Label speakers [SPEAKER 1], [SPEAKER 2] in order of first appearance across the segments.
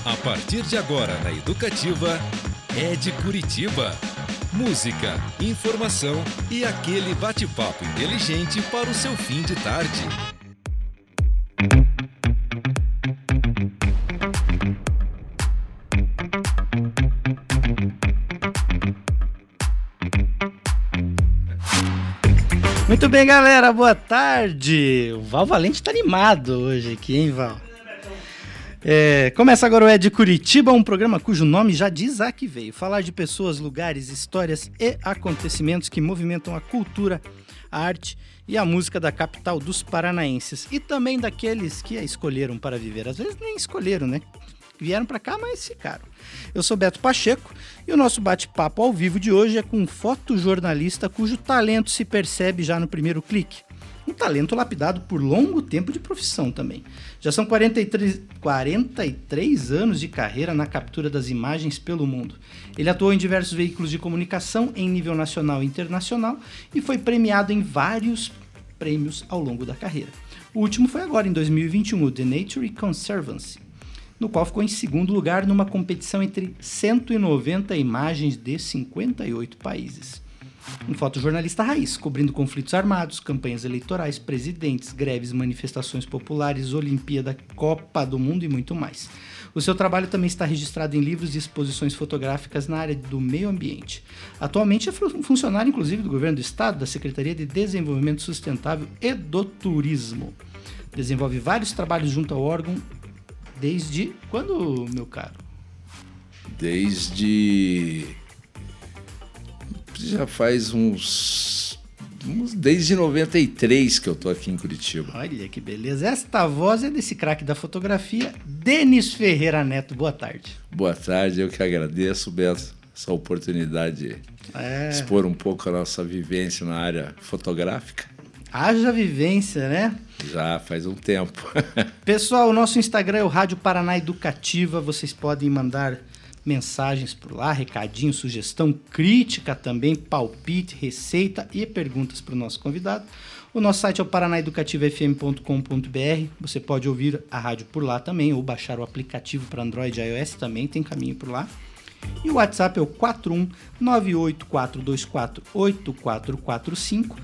[SPEAKER 1] A partir de agora na Educativa, é de Curitiba. Música, informação e aquele bate-papo inteligente para o seu fim de tarde.
[SPEAKER 2] Muito bem, galera, boa tarde. O Val Valente tá animado hoje aqui, hein, Val? Começa agora o É de Curitiba, um programa cujo nome já diz a que veio. Falar de pessoas, lugares, histórias e acontecimentos que movimentam a cultura, a arte e a música da capital dos paranaenses. E também daqueles que a escolheram para viver. Às vezes nem escolheram, né? Vieram para cá, mas ficaram. Eu sou Beto Pacheco e o nosso bate-papo ao vivo de hoje é com um fotojornalista cujo talento se percebe já no primeiro clique. Um talento lapidado por longo tempo de profissão também. Já são 43 anos de carreira na captura das imagens pelo mundo. Ele atuou em diversos veículos de comunicação em nível nacional e internacional e foi premiado em vários prêmios ao longo da carreira. O último foi agora, em 2021, o The Nature Conservancy, no qual ficou em segundo lugar numa competição entre 190 imagens de 58 países. Um fotojornalista raiz, cobrindo conflitos armados, campanhas eleitorais, presidentes, greves, manifestações populares, Olimpíada, Copa do Mundo e muito mais. O seu trabalho também está registrado em livros e exposições fotográficas na área do meio ambiente. Atualmente é funcionário, inclusive, do Governo do Estado, da Secretaria de Desenvolvimento Sustentável e do Turismo. Desenvolve vários trabalhos junto ao órgão desde quando, meu caro?
[SPEAKER 3] Já faz desde 93 que eu tô aqui em Curitiba.
[SPEAKER 2] Olha que beleza. Esta voz é desse craque da fotografia, Denis Ferreira Neto. Boa tarde.
[SPEAKER 3] Boa tarde, eu que agradeço, Beto, essa oportunidade de expor um pouco a nossa vivência na área fotográfica.
[SPEAKER 2] Haja vivência, né?
[SPEAKER 3] Já faz um tempo.
[SPEAKER 2] Pessoal, o nosso Instagram é o Rádio Paraná Educativa. Vocês podem mandar mensagens por lá, recadinho, sugestão, crítica também, palpite, receita e perguntas para o nosso convidado. O nosso site é o paranaeducativafm.com.br. Você pode ouvir a rádio por lá também ou baixar o aplicativo para Android e iOS, também tem caminho por lá. E o WhatsApp é o 41984248445,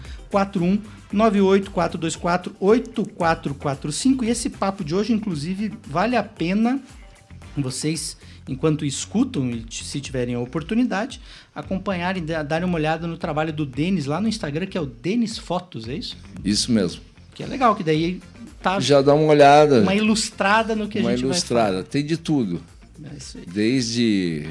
[SPEAKER 2] 41984248445. E esse papo de hoje, inclusive, vale a pena vocês, enquanto escutam e se tiverem a oportunidade, acompanharem, darem uma olhada no trabalho do Denis lá no Instagram, que é o Denis Fotos, é isso?
[SPEAKER 3] Isso mesmo.
[SPEAKER 2] Que é legal, que daí tá
[SPEAKER 3] já dá uma olhada.
[SPEAKER 2] Uma ilustrada no que a gente vai falar.
[SPEAKER 3] Tem de tudo.
[SPEAKER 2] É isso aí.
[SPEAKER 3] Desde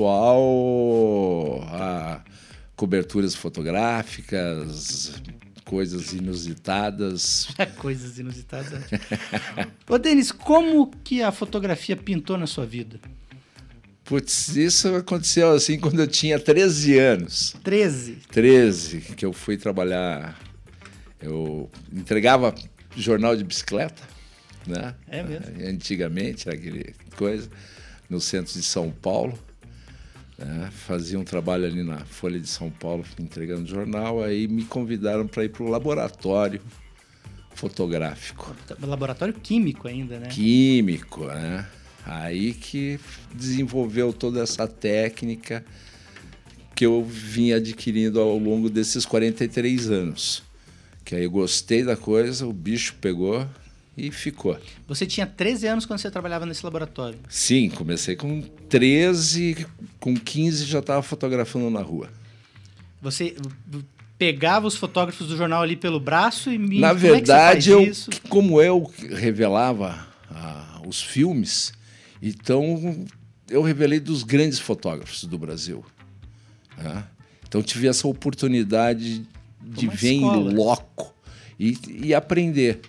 [SPEAKER 3] pessoal a coberturas fotográficas, coisas inusitadas.
[SPEAKER 2] Coisas inusitadas. Ô, Denis, como que a fotografia pintou na sua vida?
[SPEAKER 3] Putz, isso aconteceu assim quando eu tinha 13 anos.
[SPEAKER 2] 13?
[SPEAKER 3] 13, que eu fui trabalhar. Eu entregava jornal de bicicleta, né?
[SPEAKER 2] É mesmo?
[SPEAKER 3] Antigamente, aquele coisa, no centro de São Paulo. Fazia um trabalho ali na Folha de São Paulo, entregando jornal, aí me convidaram para ir para o laboratório fotográfico.
[SPEAKER 2] Laboratório químico ainda, né?
[SPEAKER 3] Químico, né? Aí que desenvolveu toda essa técnica que eu vim adquirindo ao longo desses 43 anos. Que aí eu gostei da coisa, o bicho pegou e ficou.
[SPEAKER 2] Você tinha 13 anos quando você trabalhava nesse laboratório?
[SPEAKER 3] Sim, comecei com 13, com 15 já estava fotografando na rua.
[SPEAKER 2] Você pegava os fotógrafos do jornal ali pelo braço e me...
[SPEAKER 3] Na verdade, como eu revelava os filmes, então eu revelei dos grandes fotógrafos do Brasil. Né? Então tive essa oportunidade de ver em loco e aprender.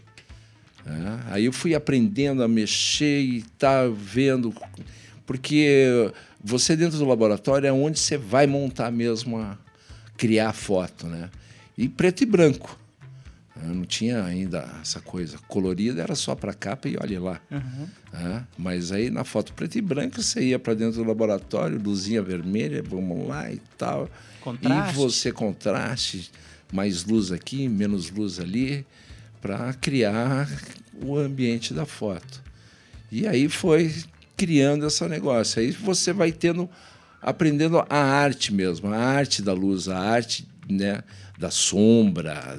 [SPEAKER 3] Aí eu fui aprendendo a mexer e tá vendo, porque você dentro do laboratório é onde você vai montar mesmo, criar a foto, né? E preto e branco. Não tinha ainda essa coisa colorida, era só para capa e olha lá.
[SPEAKER 2] Uhum.
[SPEAKER 3] Mas aí na foto preto e branco você ia para dentro do laboratório, luzinha vermelha, vamos lá e tal.
[SPEAKER 2] Contraste.
[SPEAKER 3] E você contraste, mais luz aqui, menos luz ali, para criar o ambiente da foto. E aí foi criando esse negócio. Aí você vai aprendendo a arte mesmo, a arte da luz, a arte, né, da sombra,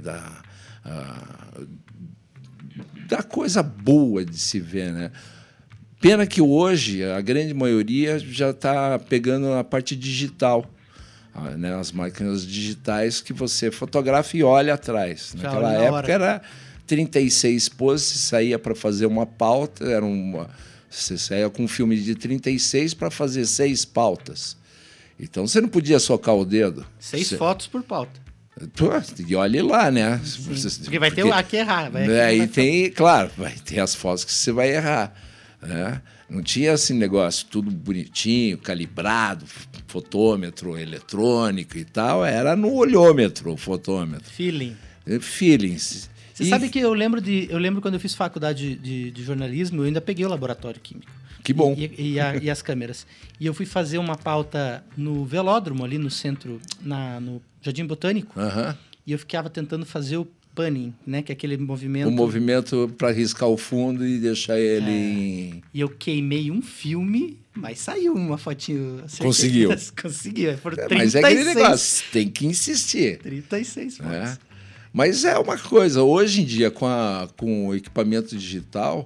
[SPEAKER 3] da coisa boa de se ver, né? Pena que hoje a grande maioria já está pegando a parte digital, né? As máquinas digitais que você fotografa e olha atrás. Naquela época era 36 poses, você saía para fazer uma pauta, você saía com um filme de 36 para fazer 6 pautas. Então você não podia socar o dedo.
[SPEAKER 2] 6 fotos por pauta.
[SPEAKER 3] E olhe lá, né?
[SPEAKER 2] Porque vai ter o que errar.
[SPEAKER 3] Aí claro, vai ter as fotos que você vai errar. Né? Não tinha esse negócio tudo bonitinho, calibrado, fotômetro eletrônico e tal. Era no olhômetro o fotômetro. Feelings.
[SPEAKER 2] Você sabe que eu lembro quando eu fiz faculdade de jornalismo, eu ainda peguei o laboratório químico.
[SPEAKER 3] Que bom.
[SPEAKER 2] E as câmeras. E eu fui fazer uma pauta no Velódromo, ali no centro, no Jardim Botânico. E eu ficava tentando fazer o panning, né? Que é aquele movimento...
[SPEAKER 3] O movimento para riscar o fundo e deixar ele em...
[SPEAKER 2] E eu queimei um filme, mas saiu uma fotinho...
[SPEAKER 3] Conseguiu.
[SPEAKER 2] Conseguiu. Foram 36.
[SPEAKER 3] Mas é aquele negócio, tem que insistir.
[SPEAKER 2] 36 fotos.
[SPEAKER 3] Mas é uma coisa, hoje em dia, com o equipamento digital,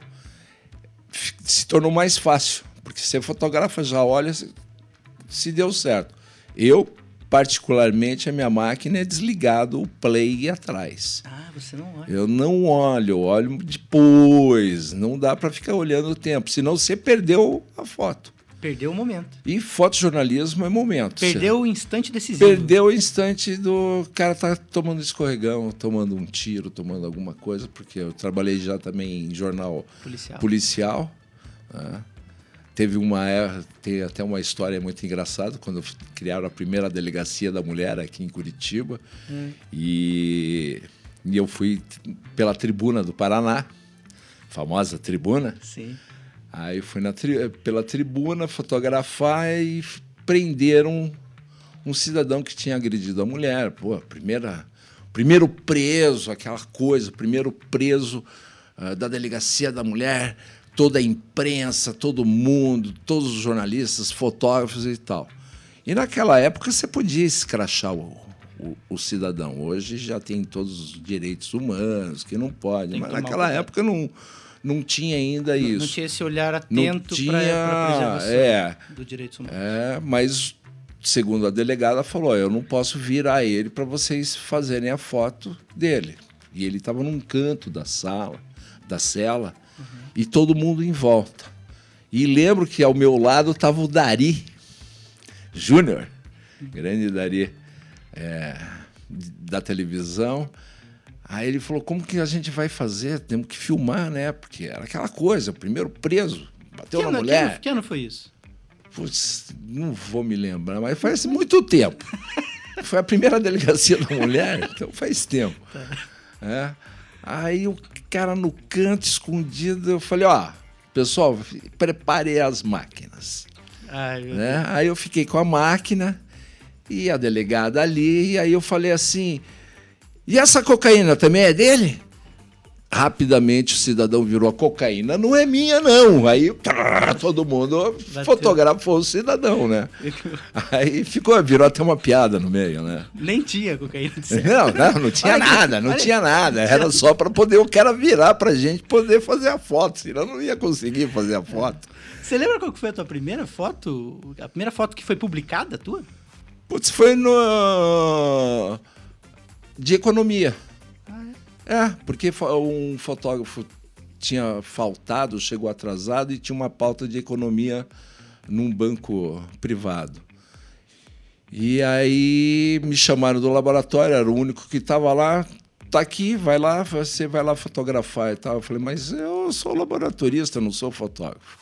[SPEAKER 3] se tornou mais fácil, porque você fotografa, já olha se deu certo. Eu, particularmente, a minha máquina é desligado o play atrás.
[SPEAKER 2] Você não olha?
[SPEAKER 3] Eu não olho, eu olho depois. Não dá para ficar olhando o tempo, senão você perdeu a foto.
[SPEAKER 2] Perdeu o momento.
[SPEAKER 3] E fotojornalismo é momento.
[SPEAKER 2] Perdeu o instante decisivo.
[SPEAKER 3] Perdeu o instante do cara tá tomando escorregão, tomando um tiro, tomando alguma coisa, porque eu trabalhei já também em jornal policial. Né? Tem até uma história muito engraçada, quando criaram a primeira delegacia da mulher aqui em Curitiba. E eu fui pela Tribuna do Paraná, famosa Tribuna.
[SPEAKER 2] Sim.
[SPEAKER 3] Aí fui pela tribuna fotografar e prenderam um cidadão que tinha agredido a mulher. Pô, primeiro preso, aquela coisa, primeiro preso da delegacia da mulher, toda a imprensa, todo mundo, todos os jornalistas, fotógrafos e tal. E naquela época você podia escrachar o cidadão. Hoje já tem todos os direitos humanos, que não pode. Mas naquela época não tinha ainda isso.
[SPEAKER 2] Não tinha esse olhar atento para a preservação do direito humano.
[SPEAKER 3] Mas, segundo a delegada, falou, eu não posso virar ele para vocês fazerem a foto dele. E ele estava num canto da cela, e todo mundo em volta. E lembro que ao meu lado estava o Dari Júnior, grande Dari, da televisão. Aí ele falou, como que a gente vai fazer? Temos que filmar, né? Porque era aquela coisa, o primeiro preso, bateu na mulher.
[SPEAKER 2] Que ano foi isso?
[SPEAKER 3] Putz, não vou me lembrar, mas faz muito tempo. Foi a primeira delegacia da mulher, então faz tempo. Aí o cara no canto, escondido, eu falei, pessoal, preparei as máquinas. Aí eu fiquei com a máquina e a delegada ali, e aí eu falei assim... E essa cocaína também é dele? Rapidamente o cidadão virou, a cocaína não é minha, não. Aí todo mundo fotografou o cidadão, né? Aí virou até uma piada no meio, né?
[SPEAKER 2] Nem tinha cocaína.
[SPEAKER 3] Não tinha nada, não tinha nada. Era só para poder o cara virar pra gente poder fazer a foto, senão não ia conseguir fazer a foto.
[SPEAKER 2] Você lembra qual foi a tua primeira foto? A primeira foto que foi publicada, tua?
[SPEAKER 3] Putz, foi de economia. Porque um fotógrafo tinha faltado, chegou atrasado e tinha uma pauta de economia num banco privado. E aí me chamaram do laboratório, era o único que estava lá. Tá aqui, você vai lá fotografar e tal. Eu falei, mas eu sou laboratorista, não sou fotógrafo.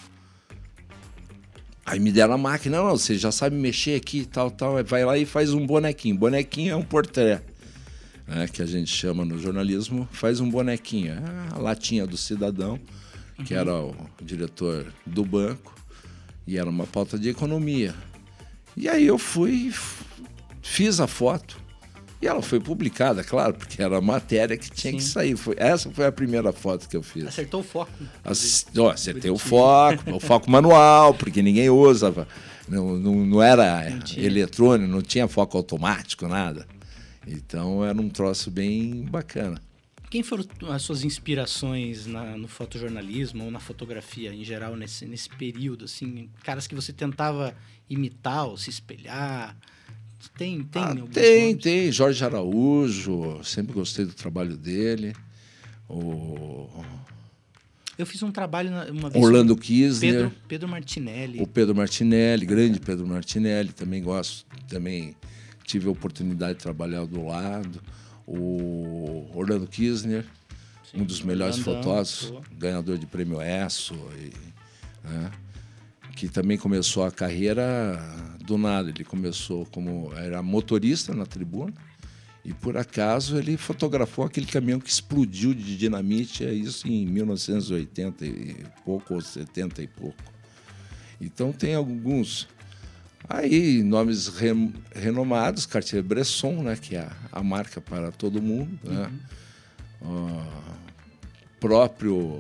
[SPEAKER 3] Aí me deram a máquina, não, você já sabe mexer aqui e tal. Vai lá e faz um bonequinho. Bonequinho é um portrait. Que a gente chama no jornalismo, faz um bonequinho. A latinha do cidadão, que era o diretor do banco, e era uma pauta de economia. E aí eu fiz a foto, E ela foi publicada, claro, porque era a matéria que tinha que sair. Essa foi a primeira foto que eu fiz.
[SPEAKER 2] Acertou o foco.
[SPEAKER 3] Acertei o foco manual, porque ninguém usa. Não era eletrônico, não tinha foco automático, nada. Então era um troço bem bacana.
[SPEAKER 2] Quem foram as suas inspirações no fotojornalismo ou na fotografia em geral nesse período? Assim, caras que você tentava imitar ou se espelhar? Tem alguns nomes?
[SPEAKER 3] Tem. Jorge Araújo, sempre gostei do trabalho dele.
[SPEAKER 2] Eu fiz um trabalho uma vez
[SPEAKER 3] Orlando Kisner.
[SPEAKER 2] Pedro Martinelli.
[SPEAKER 3] O Pedro Martinelli, grande Pedro Martinelli, também gosto. Também tive a oportunidade de trabalhar do lado. O Orlando Kisner, sim, um dos melhores fotógrafos, ganhador de prêmio ESSO, né, que também começou a carreira do nada. Ele começou era motorista na Tribuna e, por acaso, ele fotografou aquele caminhão que explodiu de dinamite, isso em 1980 e pouco, ou 70 e pouco. Então, tem alguns... Aí, nomes renomados, Cartier-Bresson, né, que é a marca para todo mundo, né? Próprio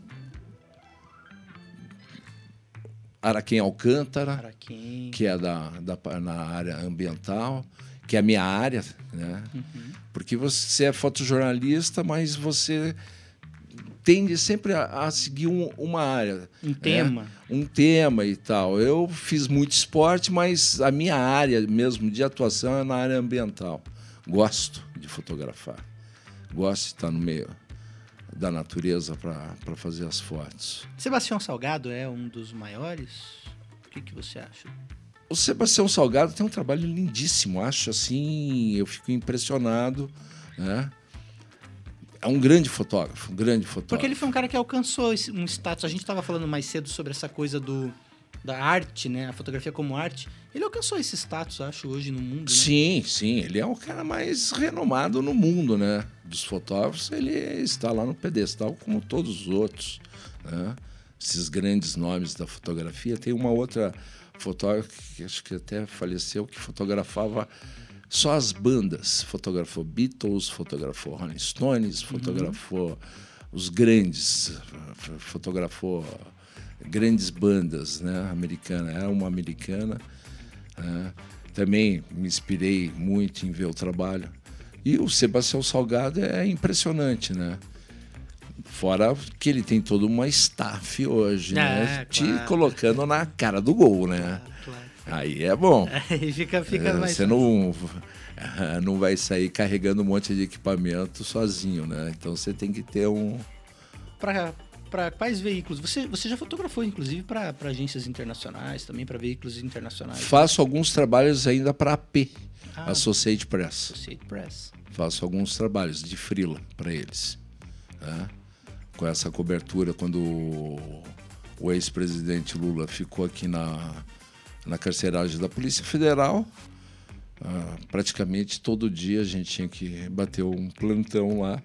[SPEAKER 3] Araquém Alcântara, que é na área ambiental, que é a minha área, né? Porque você é fotojornalista, mas você tende sempre a seguir uma área. Um tema e tal. Eu fiz muito esporte, mas a minha área mesmo de atuação é na área ambiental. Gosto de fotografar. Gosto de estar no meio da natureza para fazer as fotos.
[SPEAKER 2] Sebastião Salgado é um dos maiores? O que você acha?
[SPEAKER 3] O Sebastião Salgado tem um trabalho lindíssimo. Acho assim, eu fico impressionado, né? É um grande fotógrafo, Porque
[SPEAKER 2] ele foi um cara que alcançou um status. A gente estava falando mais cedo sobre essa coisa da arte, né? A fotografia como arte. Ele alcançou esse status, acho, hoje no mundo, né?
[SPEAKER 3] Sim. Ele é o cara mais renomado no mundo, né? Dos fotógrafos, ele está lá no pedestal como todos os outros, né? Esses grandes nomes da fotografia. Tem uma outra fotógrafa que acho que até faleceu, que fotografava só as bandas. Fotografou Beatles, fotografou Rolling Stones, fotografou os grandes, fotografou grandes bandas, né, americanas. Era uma americana. Né? Também me inspirei muito em ver o trabalho. E o Sebastião Salgado é impressionante, né? Fora que ele tem toda uma staff hoje, né? Te colocando na cara do gol, né? Claro. Aí é bom.
[SPEAKER 2] Aí fica mais...
[SPEAKER 3] Você não vai sair carregando um monte de equipamento sozinho, né? Então você tem que ter um...
[SPEAKER 2] Para quais veículos? Você já fotografou, inclusive, para agências internacionais, também para veículos internacionais?
[SPEAKER 3] Faço alguns trabalhos ainda para a AP, Associated Press.
[SPEAKER 2] Associated Press.
[SPEAKER 3] Faço alguns trabalhos de freela para eles. Né? Com essa cobertura, quando o ex-presidente Lula ficou aqui na carceragem da Polícia Federal, praticamente todo dia a gente tinha que bater um plantão lá.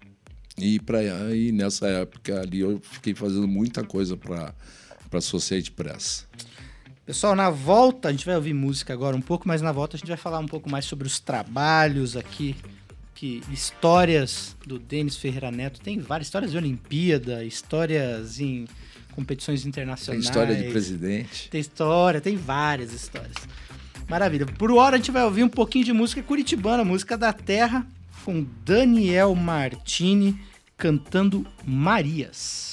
[SPEAKER 3] E nessa época ali eu fiquei fazendo muita coisa para a Associated Press.
[SPEAKER 2] Pessoal, na volta, a gente vai ouvir música agora um pouco, mas na volta a gente vai falar um pouco mais sobre os trabalhos aqui, histórias do Denis Ferreira Neto. Tem várias histórias de Olimpíada, histórias em competições internacionais.
[SPEAKER 3] Tem história de presidente.
[SPEAKER 2] Tem várias histórias. Maravilha. Por hora a gente vai ouvir um pouquinho de música curitibana, música da terra, com Daniel Martini cantando Marias.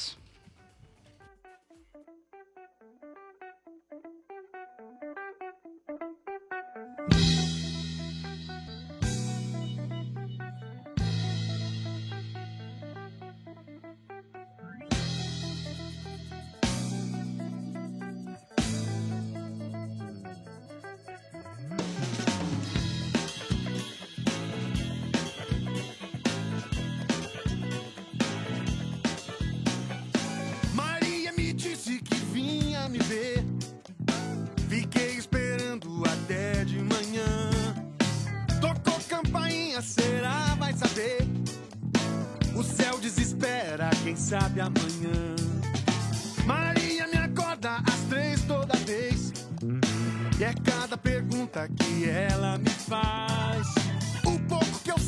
[SPEAKER 4] Sabe amanhã. Maria me acorda às 3 toda vez. E é cada pergunta que ela me faz. O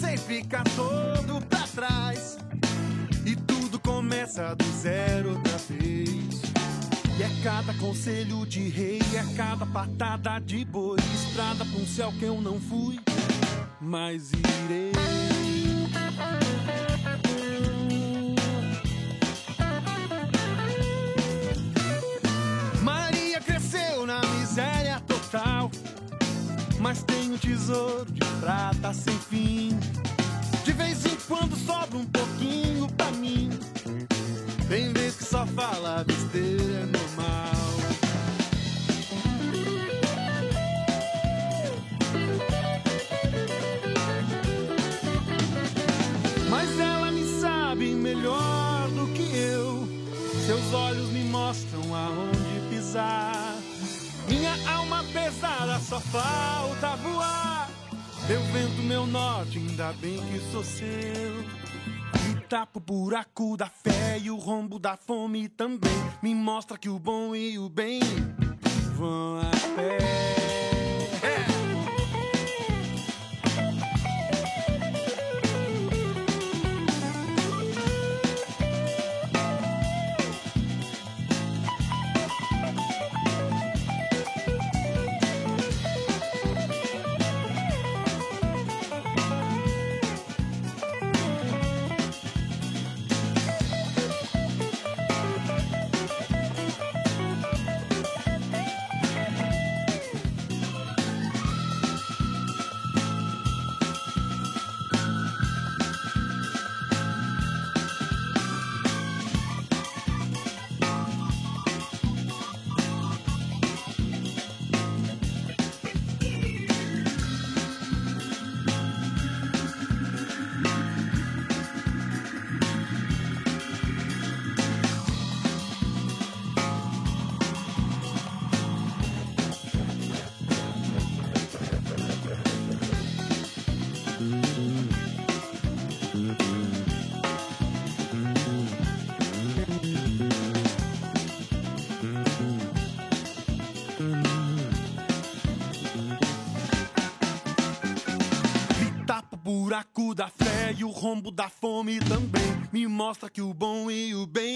[SPEAKER 4] você fica todo pra trás e tudo começa do zero outra vez. E é cada conselho de rei, é cada patada de boi, estrada pra um céu que eu não fui, mas irei. Maria cresceu na miséria total, mas tem um tesouro de prata sem fim. De vez em quando sobra um pouquinho pra mim. Tem vez que só fala besteira, é normal. Mas ela me sabe melhor do que eu. Seus olhos me mostram aonde pisar. Minha alma pesada só falta voar. Eu vento meu norte, ainda bem que sou seu. Me tapa o buraco da fé e o rombo da fome também. Me mostra que o bom e o bem vão a pé. Buraco da fé e o rombo da fome também. Me mostra que o bom e o bem.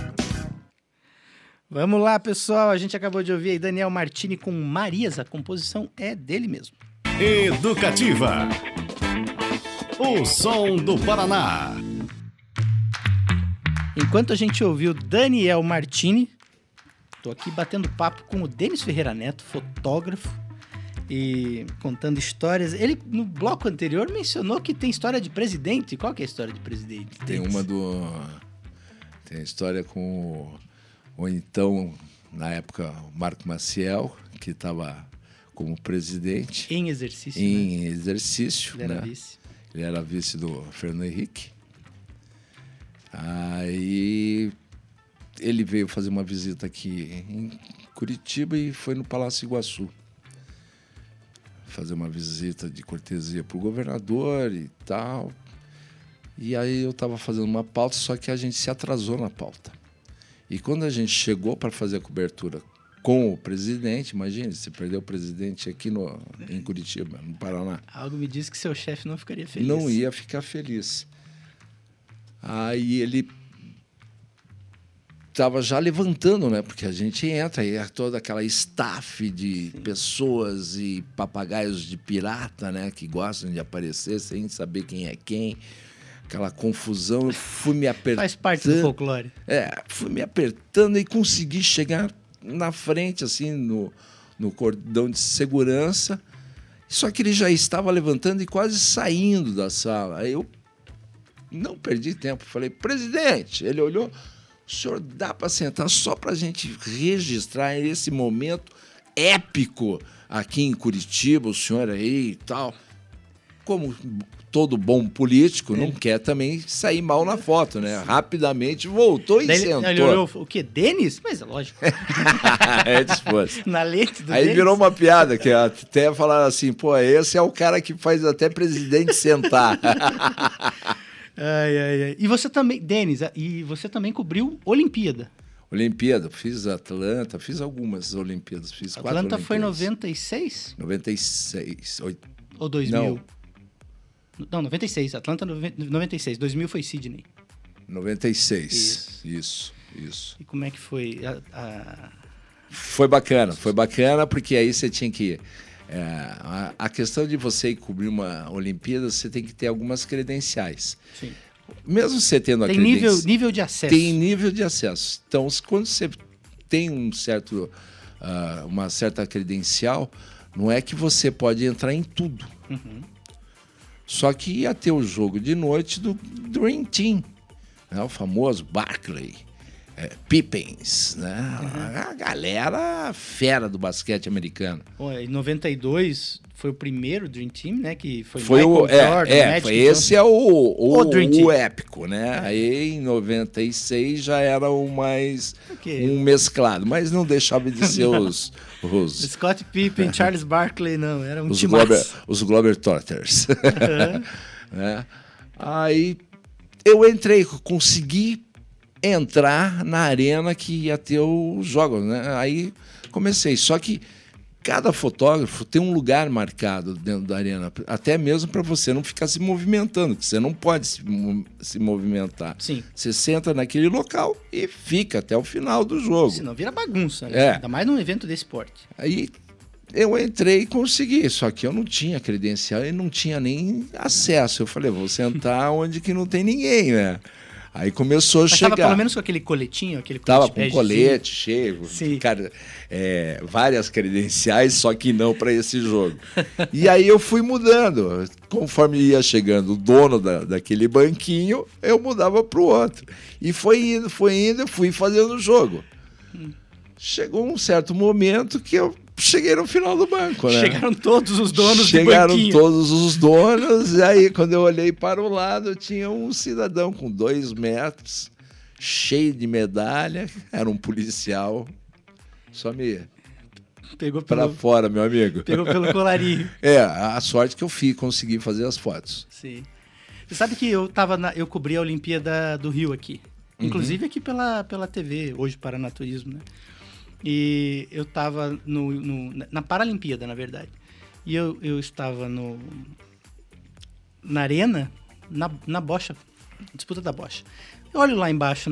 [SPEAKER 2] Vamos lá, pessoal. A gente acabou de ouvir aí Daniel Martini com Marias. A composição é dele mesmo.
[SPEAKER 5] Educativa. O som do Paraná.
[SPEAKER 2] Enquanto a gente ouviu Daniel Martini, tô aqui batendo papo com o Denis Ferreira Neto, fotógrafo, e contando histórias. Ele, no bloco anterior, mencionou que tem história de presidente. Qual que é a história de presidente?
[SPEAKER 3] Tem uma do... Tem a história com o então, na época, o Marco Maciel, que estava como presidente.
[SPEAKER 2] Em exercício,
[SPEAKER 3] Em exercício,
[SPEAKER 2] Ele era
[SPEAKER 3] né?
[SPEAKER 2] vice.
[SPEAKER 3] Ele era vice do Fernando Henrique. Aí ele veio fazer uma visita aqui em Curitiba e foi no Palácio Iguaçu fazer uma visita de cortesia para o governador e tal. E aí eu estava fazendo uma pauta, só que a gente se atrasou na pauta. E quando a gente chegou para fazer a cobertura com o presidente, imagine, se perdeu o presidente aqui em Curitiba, no Paraná.
[SPEAKER 2] Algo me diz que seu chefe não ficaria feliz.
[SPEAKER 3] Não ia ficar feliz. Aí ele estava já levantando, né? Porque a gente entra e é toda aquela staff de pessoas e papagaios de pirata, né? Que gostam de aparecer sem saber quem é quem. Aquela confusão. Eu fui me apertando.
[SPEAKER 2] Faz parte do folclore.
[SPEAKER 3] Fui me apertando e consegui chegar na frente, assim, no cordão de segurança. Só que ele já estava levantando e quase saindo da sala. Aí eu não perdi tempo. Falei, presidente. Ele olhou, o senhor dá para sentar só para a gente registrar esse momento épico aqui em Curitiba, o senhor aí e tal. Como todo bom político, não quer também sair mal na foto, né? Rapidamente voltou e sentou.
[SPEAKER 2] Ele olhou, o quê? Denis? Mas é lógico.
[SPEAKER 3] É disposto.
[SPEAKER 2] Na lente do
[SPEAKER 3] Aí
[SPEAKER 2] Denis.
[SPEAKER 3] virou uma piada, que até falaram assim, pô, esse é o cara que faz até presidente sentar.
[SPEAKER 2] Ai. E você também, Denis, e você também cobriu Olimpíada.
[SPEAKER 3] Olimpíada, fiz Atlanta, fiz algumas Olimpíadas. Fiz
[SPEAKER 2] Atlanta
[SPEAKER 3] 4
[SPEAKER 2] foi em
[SPEAKER 3] Olimpíadas.
[SPEAKER 2] 96?
[SPEAKER 3] 96.
[SPEAKER 2] Ou 2000? Não, 96. Atlanta 96. 2000 foi Sydney.
[SPEAKER 3] 96. Isso.
[SPEAKER 2] E como é que foi?
[SPEAKER 3] Foi bacana porque aí você tinha que... a questão de você ir cobrir uma Olimpíada, você tem que ter algumas credenciais.
[SPEAKER 2] Sim.
[SPEAKER 3] Mesmo você tendo a
[SPEAKER 2] tem
[SPEAKER 3] credencial...
[SPEAKER 2] nível de acesso.
[SPEAKER 3] Tem nível de acesso. Então, quando você tem uma certa credencial, não é que você pode entrar em tudo.
[SPEAKER 2] Uhum.
[SPEAKER 3] Só que ia ter o jogo de noite do Dream Team, né? O famoso Barkley, Pippens, né? A galera fera do basquete americano.
[SPEAKER 2] Em 92 foi o primeiro Dream Team, né? Que foi
[SPEAKER 3] Michael Jordan,
[SPEAKER 2] Magic,
[SPEAKER 3] esse é o épico, né?
[SPEAKER 2] É.
[SPEAKER 3] Aí em 96 já era um mesclado, mas não deixava de ser os
[SPEAKER 2] Scott Pippen, Charles Barkley, não, era um time.
[SPEAKER 3] Os Globetrotters.
[SPEAKER 2] Uhum.
[SPEAKER 3] Né? Aí eu consegui entrar na arena que ia ter os jogos, né? Aí comecei, só que cada fotógrafo tem um lugar marcado dentro da arena, até mesmo para você não ficar se movimentando, que você não pode se movimentar.
[SPEAKER 2] Sim.
[SPEAKER 3] Você senta naquele local e fica até o final do jogo.
[SPEAKER 2] Senão vira bagunça, né? Ainda mais num evento desse porte.
[SPEAKER 3] Aí eu entrei e consegui, só que eu não tinha credencial e não tinha nem acesso. Eu falei, vou sentar onde que não tem ninguém, né? Aí começou a chegar.
[SPEAKER 2] Tava pelo menos com aquele coletinho?
[SPEAKER 3] Tava com colete cheio,
[SPEAKER 2] Sim.
[SPEAKER 3] Cara, várias credenciais, só que não para esse jogo. E aí eu fui mudando. Conforme ia chegando o dono daquele banquinho, eu mudava para o outro. E foi indo, eu fui fazendo o jogo. Chegou um certo momento que eu cheguei no final do banco, né?
[SPEAKER 2] Chegaram todos os donos do banquinho.
[SPEAKER 3] Chegaram todos os donos, e aí quando eu olhei para o lado, tinha um cidadão com 2 metros, cheio de medalha, era um policial, só me
[SPEAKER 2] pegou
[SPEAKER 3] para fora, meu amigo.
[SPEAKER 2] Pegou pelo colarinho.
[SPEAKER 3] A sorte que eu consegui fazer as fotos.
[SPEAKER 2] Sim. Você sabe que eu cobri a Olimpíada do Rio aqui, inclusive aqui pela TV, hoje Paranaturismo, né? E eu estava na Paralimpíada, na verdade. E eu estava na arena, na bocha, disputa da bocha. Eu olho lá embaixo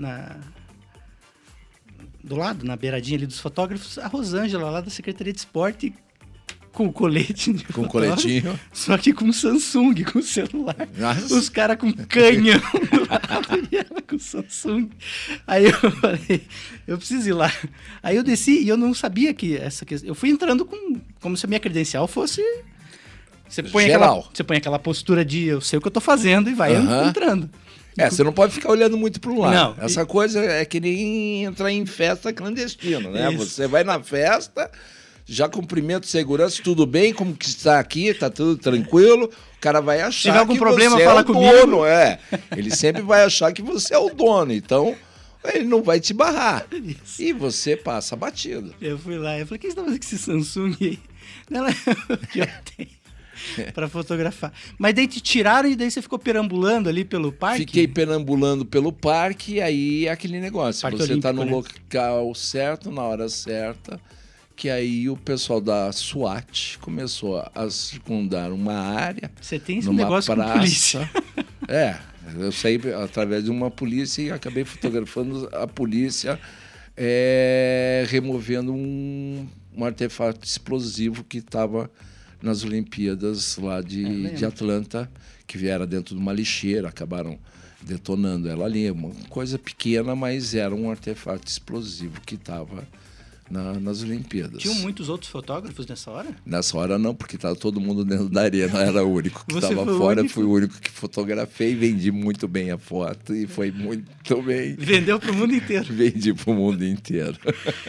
[SPEAKER 2] do lado, na beiradinha ali dos fotógrafos, a Rosângela lá da Secretaria de Esporte com o colete de
[SPEAKER 3] com o coletinho.
[SPEAKER 2] Só que com Samsung, com celular.
[SPEAKER 3] Nossa.
[SPEAKER 2] Os caras com canhão do lado e ela com Samsung. Aí eu falei, eu preciso ir lá. Aí eu desci e eu não sabia que essa questão... Eu fui entrando como se a minha credencial fosse... Você põe aquela postura de eu sei o que eu tô fazendo e vai entrando.
[SPEAKER 3] Você não pode ficar olhando muito para um lado.
[SPEAKER 2] Não.
[SPEAKER 3] Essa coisa é que nem entrar em festa clandestina, né?
[SPEAKER 2] Isso.
[SPEAKER 3] Você vai na festa... Já cumprimento segurança, tudo bem? Como que está aqui? Tá tudo tranquilo? O cara vai achar
[SPEAKER 2] tiver algum
[SPEAKER 3] que
[SPEAKER 2] problema,
[SPEAKER 3] você
[SPEAKER 2] fala
[SPEAKER 3] é o
[SPEAKER 2] comigo.
[SPEAKER 3] dono, Ele sempre vai achar que você é o dono, então ele não vai te barrar.
[SPEAKER 2] Isso.
[SPEAKER 3] E você passa batido.
[SPEAKER 2] Eu fui lá, eu falei, o que você tá fazendo com esse Samsung aí? Ela, que eu tenho pra fotografar. Mas daí te tiraram e daí você ficou perambulando ali pelo parque?
[SPEAKER 3] Fiquei perambulando pelo parque e aí é aquele negócio.
[SPEAKER 2] Parque
[SPEAKER 3] você está no
[SPEAKER 2] Olímpico,
[SPEAKER 3] local certo, na hora certa, que aí o pessoal da SWAT começou a circundar uma área.
[SPEAKER 2] Você tem esse
[SPEAKER 3] numa
[SPEAKER 2] negócio
[SPEAKER 3] praça.
[SPEAKER 2] com polícia.
[SPEAKER 3] Eu saí através de uma polícia e acabei fotografando a polícia removendo um artefato explosivo que estava nas Olimpíadas lá de Atlanta, que era dentro de uma lixeira, acabaram detonando ela ali. Uma coisa pequena, mas era um artefato explosivo que estava nas Olimpíadas.
[SPEAKER 2] Tinham muitos outros fotógrafos nessa hora?
[SPEAKER 3] Nessa hora não, porque estava todo mundo dentro da arena, era o único que estava fora, fui o único que fotografei, vendi muito bem a foto e foi muito bem.
[SPEAKER 2] Vendeu para o mundo inteiro.
[SPEAKER 3] Vendi para o mundo inteiro.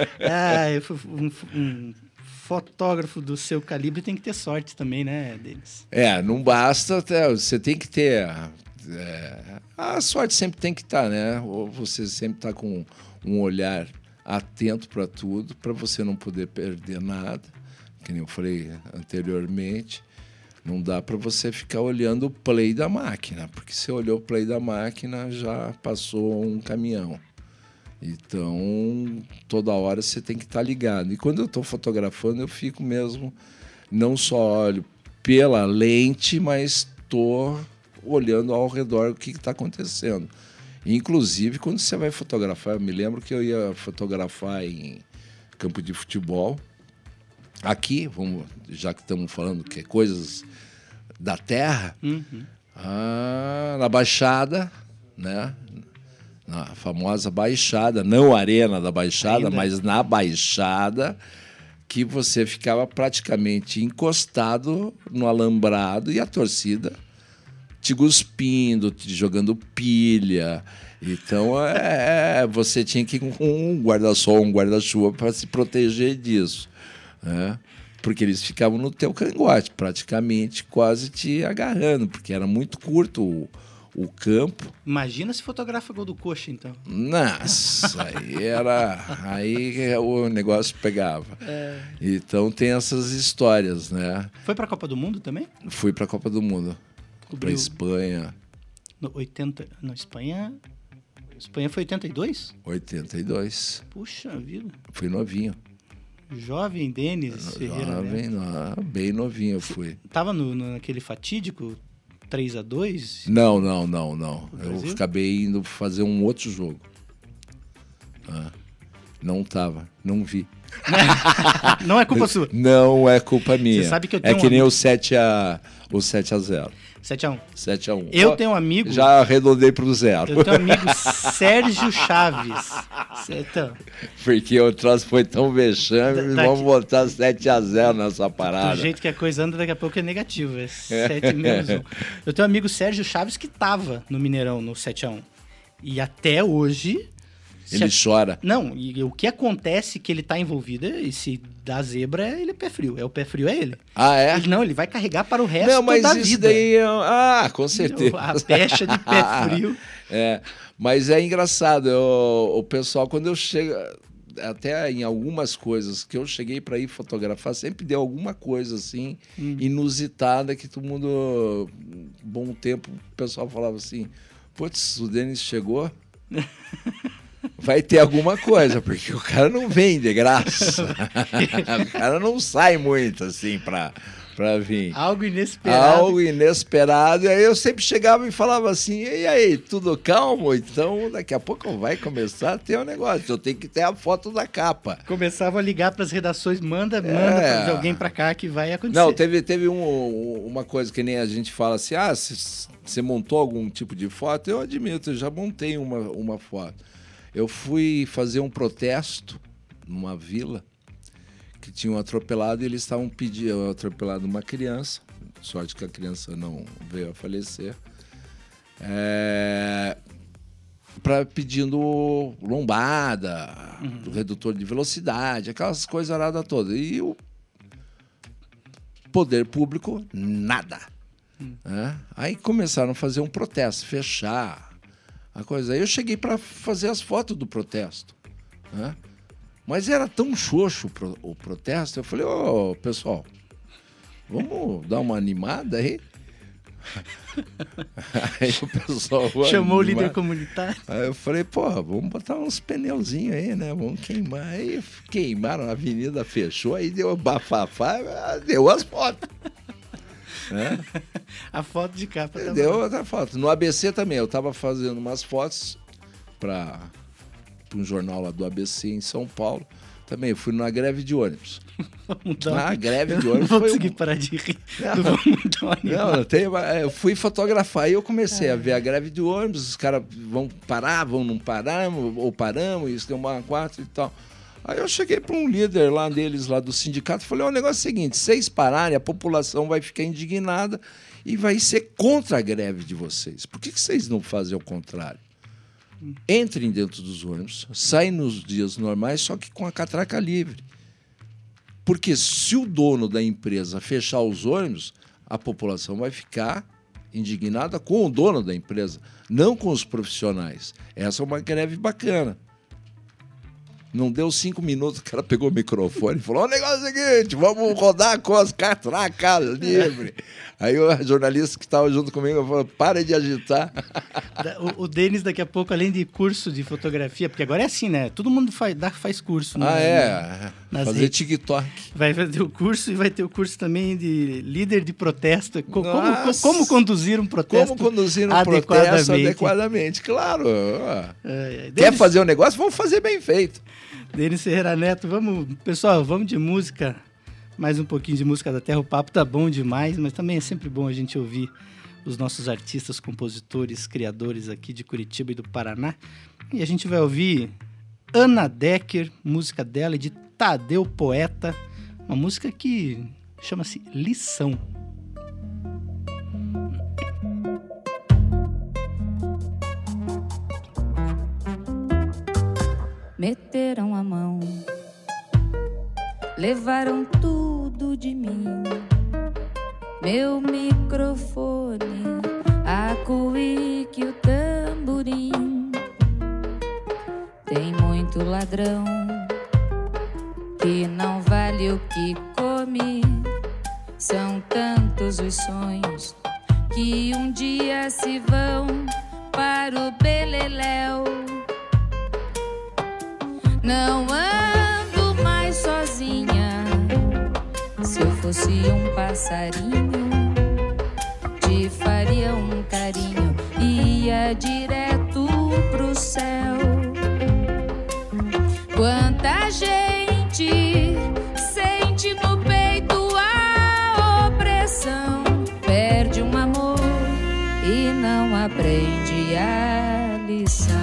[SPEAKER 2] Um fotógrafo do seu calibre tem que ter sorte também, né, Denis?
[SPEAKER 3] Não basta, você tem que ter... a sorte sempre tem que estar, né? Ou você sempre está com um olhar atento para tudo, para você não poder perder nada, que nem eu falei anteriormente. Não dá para você ficar olhando o play da máquina, porque se olhou o play da máquina, já passou um caminhão. Então, toda hora você tem que estar ligado. E quando eu estou fotografando, eu fico mesmo, não só olho pela lente, mas tô olhando ao redor o que está acontecendo. Inclusive, quando você vai fotografar, eu me lembro que eu ia fotografar em campo de futebol. Aqui, já que estamos falando que é coisas da terra, na Baixada, né? Na famosa Baixada, não Arena da Baixada, ainda, mas na Baixada, que você ficava praticamente encostado no alambrado e a torcida te cuspindo, te jogando pilha. Então, você tinha que ir com um guarda-sol, um guarda-chuva para se proteger disso, né? Porque eles ficavam no teu cangote, praticamente quase te agarrando, porque era muito curto o campo.
[SPEAKER 2] Imagina se fotografa gol do Coxa, então.
[SPEAKER 3] Nossa, aí o negócio pegava. Então tem essas histórias, né?
[SPEAKER 2] Foi para a Copa do Mundo também?
[SPEAKER 3] Fui para a Copa do Mundo. Para Espanha.
[SPEAKER 2] Espanha foi 82?
[SPEAKER 3] 82.
[SPEAKER 2] Puxa vida.
[SPEAKER 3] Fui novinho.
[SPEAKER 2] Jovem Denis Ferreira Neto.
[SPEAKER 3] Bem novinho eu fui.
[SPEAKER 2] Tava naquele fatídico 3-2?
[SPEAKER 3] Não. Eu acabei indo fazer um outro jogo. Não tava, não vi.
[SPEAKER 2] Não é culpa sua.
[SPEAKER 3] Não é culpa minha.
[SPEAKER 2] Você sabe que eu tenho
[SPEAKER 3] nem o 7-0.
[SPEAKER 2] 7-1.
[SPEAKER 3] 7-1.
[SPEAKER 2] Eu tenho um amigo...
[SPEAKER 3] Já arredondei pro 0.
[SPEAKER 2] Eu tenho um amigo Sérgio Chaves. Então,
[SPEAKER 3] porque o troço foi tão vexame, vamos botar 7-0 nessa parada.
[SPEAKER 2] Do jeito que a coisa anda, daqui a pouco é negativo. É 7-1. Eu tenho um amigo Sérgio Chaves que tava no Mineirão, no 7-1. E até hoje...
[SPEAKER 3] Ele chora.
[SPEAKER 2] Não, e o que acontece que ele tá envolvido, esse da zebra, ele é pé frio. O pé frio é ele.
[SPEAKER 3] Ah, é?
[SPEAKER 2] Ele vai carregar para o resto da vida.
[SPEAKER 3] Não, mas isso daí... com certeza.
[SPEAKER 2] A pecha de pé frio.
[SPEAKER 3] Mas é engraçado. O pessoal, quando eu chego... Até em algumas coisas que eu cheguei para ir fotografar, sempre deu alguma coisa assim, inusitada, que todo mundo... Bom tempo, o pessoal falava assim, putz, o Denis chegou... Vai ter alguma coisa, porque o cara não vem de graça. O cara não sai muito assim pra vir.
[SPEAKER 2] Algo inesperado.
[SPEAKER 3] E aí eu sempre chegava e falava assim, e aí, tudo calmo? Então daqui a pouco vai começar a ter um negócio. Eu tenho que ter a foto da capa.
[SPEAKER 2] Começava a ligar pras redações, manda alguém pra cá que vai acontecer.
[SPEAKER 3] Não, teve uma coisa que nem a gente fala assim, você montou algum tipo de foto? Eu admito, eu já montei uma foto. Eu fui fazer um protesto numa vila que tinham atropelado e eles estavam pedindo atropelado uma criança. Sorte que a criança não veio a falecer. Pedindo lombada, redutor de velocidade, aquelas coisas aradas todas. E o poder público, nada. Aí começaram a fazer um protesto, fechar a coisa. Aí eu cheguei para fazer as fotos do protesto, né? Mas era tão xoxo o protesto, eu falei, pessoal, vamos dar uma animada aí? Aí o pessoal
[SPEAKER 2] chamou o líder comunitário.
[SPEAKER 3] Aí eu falei, vamos botar uns pneuzinhos aí, né? Vamos queimar. Aí queimaram, a avenida fechou, aí deu bafafá, deu as fotos.
[SPEAKER 2] A foto de capa também.
[SPEAKER 3] Deu outra foto. No ABC também, eu estava fazendo umas fotos para um jornal lá do ABC em São Paulo. Também fui na greve de ônibus. Greve de ônibus.
[SPEAKER 2] Não vou conseguir parar de rir.
[SPEAKER 3] Eu fui fotografar e eu comecei a ver a greve de ônibus. Os caras vão parar, vão não parar, ou paramos, isso deu uma 4 e tal. Aí eu cheguei para um líder lá deles, lá do sindicato, e falei, o negócio é o seguinte, se vocês pararem, a população vai ficar indignada e vai ser contra a greve de vocês. Por que vocês não fazem o contrário? Entrem dentro dos ônibus, saem nos dias normais, só que com a catraca livre. Porque se o dono da empresa fechar os ônibus, a população vai ficar indignada com o dono da empresa, não com os profissionais. Essa é uma greve bacana. Não deu 5 minutos, o cara pegou o microfone e falou: o negócio é o seguinte, vamos rodar com as catracas livre. Aí o jornalista que estava junto comigo falou: para de agitar.
[SPEAKER 2] O Denis, daqui a pouco, além de curso de fotografia, porque agora é assim, né? Todo mundo faz curso.
[SPEAKER 3] Fazer redes. TikTok.
[SPEAKER 2] Vai fazer o curso e vai ter o curso também de líder de protesto. Como conduzir um protesto
[SPEAKER 3] adequadamente. Claro. Quer fazer um negócio? Vamos fazer bem feito.
[SPEAKER 2] Denis Ferreira Neto, pessoal, vamos de música. Mais um pouquinho de música da terra. O papo tá bom demais, mas também é sempre bom a gente ouvir os nossos artistas, compositores, criadores aqui de Curitiba e do Paraná. E a gente vai ouvir Ana Decker, música dela e de Tadeu Poeta, uma música que chama-se Lição.
[SPEAKER 6] Meteram a mão, levaram tudo de mim, meu microfone, a cuíca e o tamborim. Tem muito ladrão que não vale o que come. São tantos os sonhos que um dia se vão para o beleléu. Não ando mais sozinha. Se eu fosse um passarinho, te faria um carinho, ia direto pro céu. Quanta gente sente no peito a opressão, perde um amor e não aprende a lição.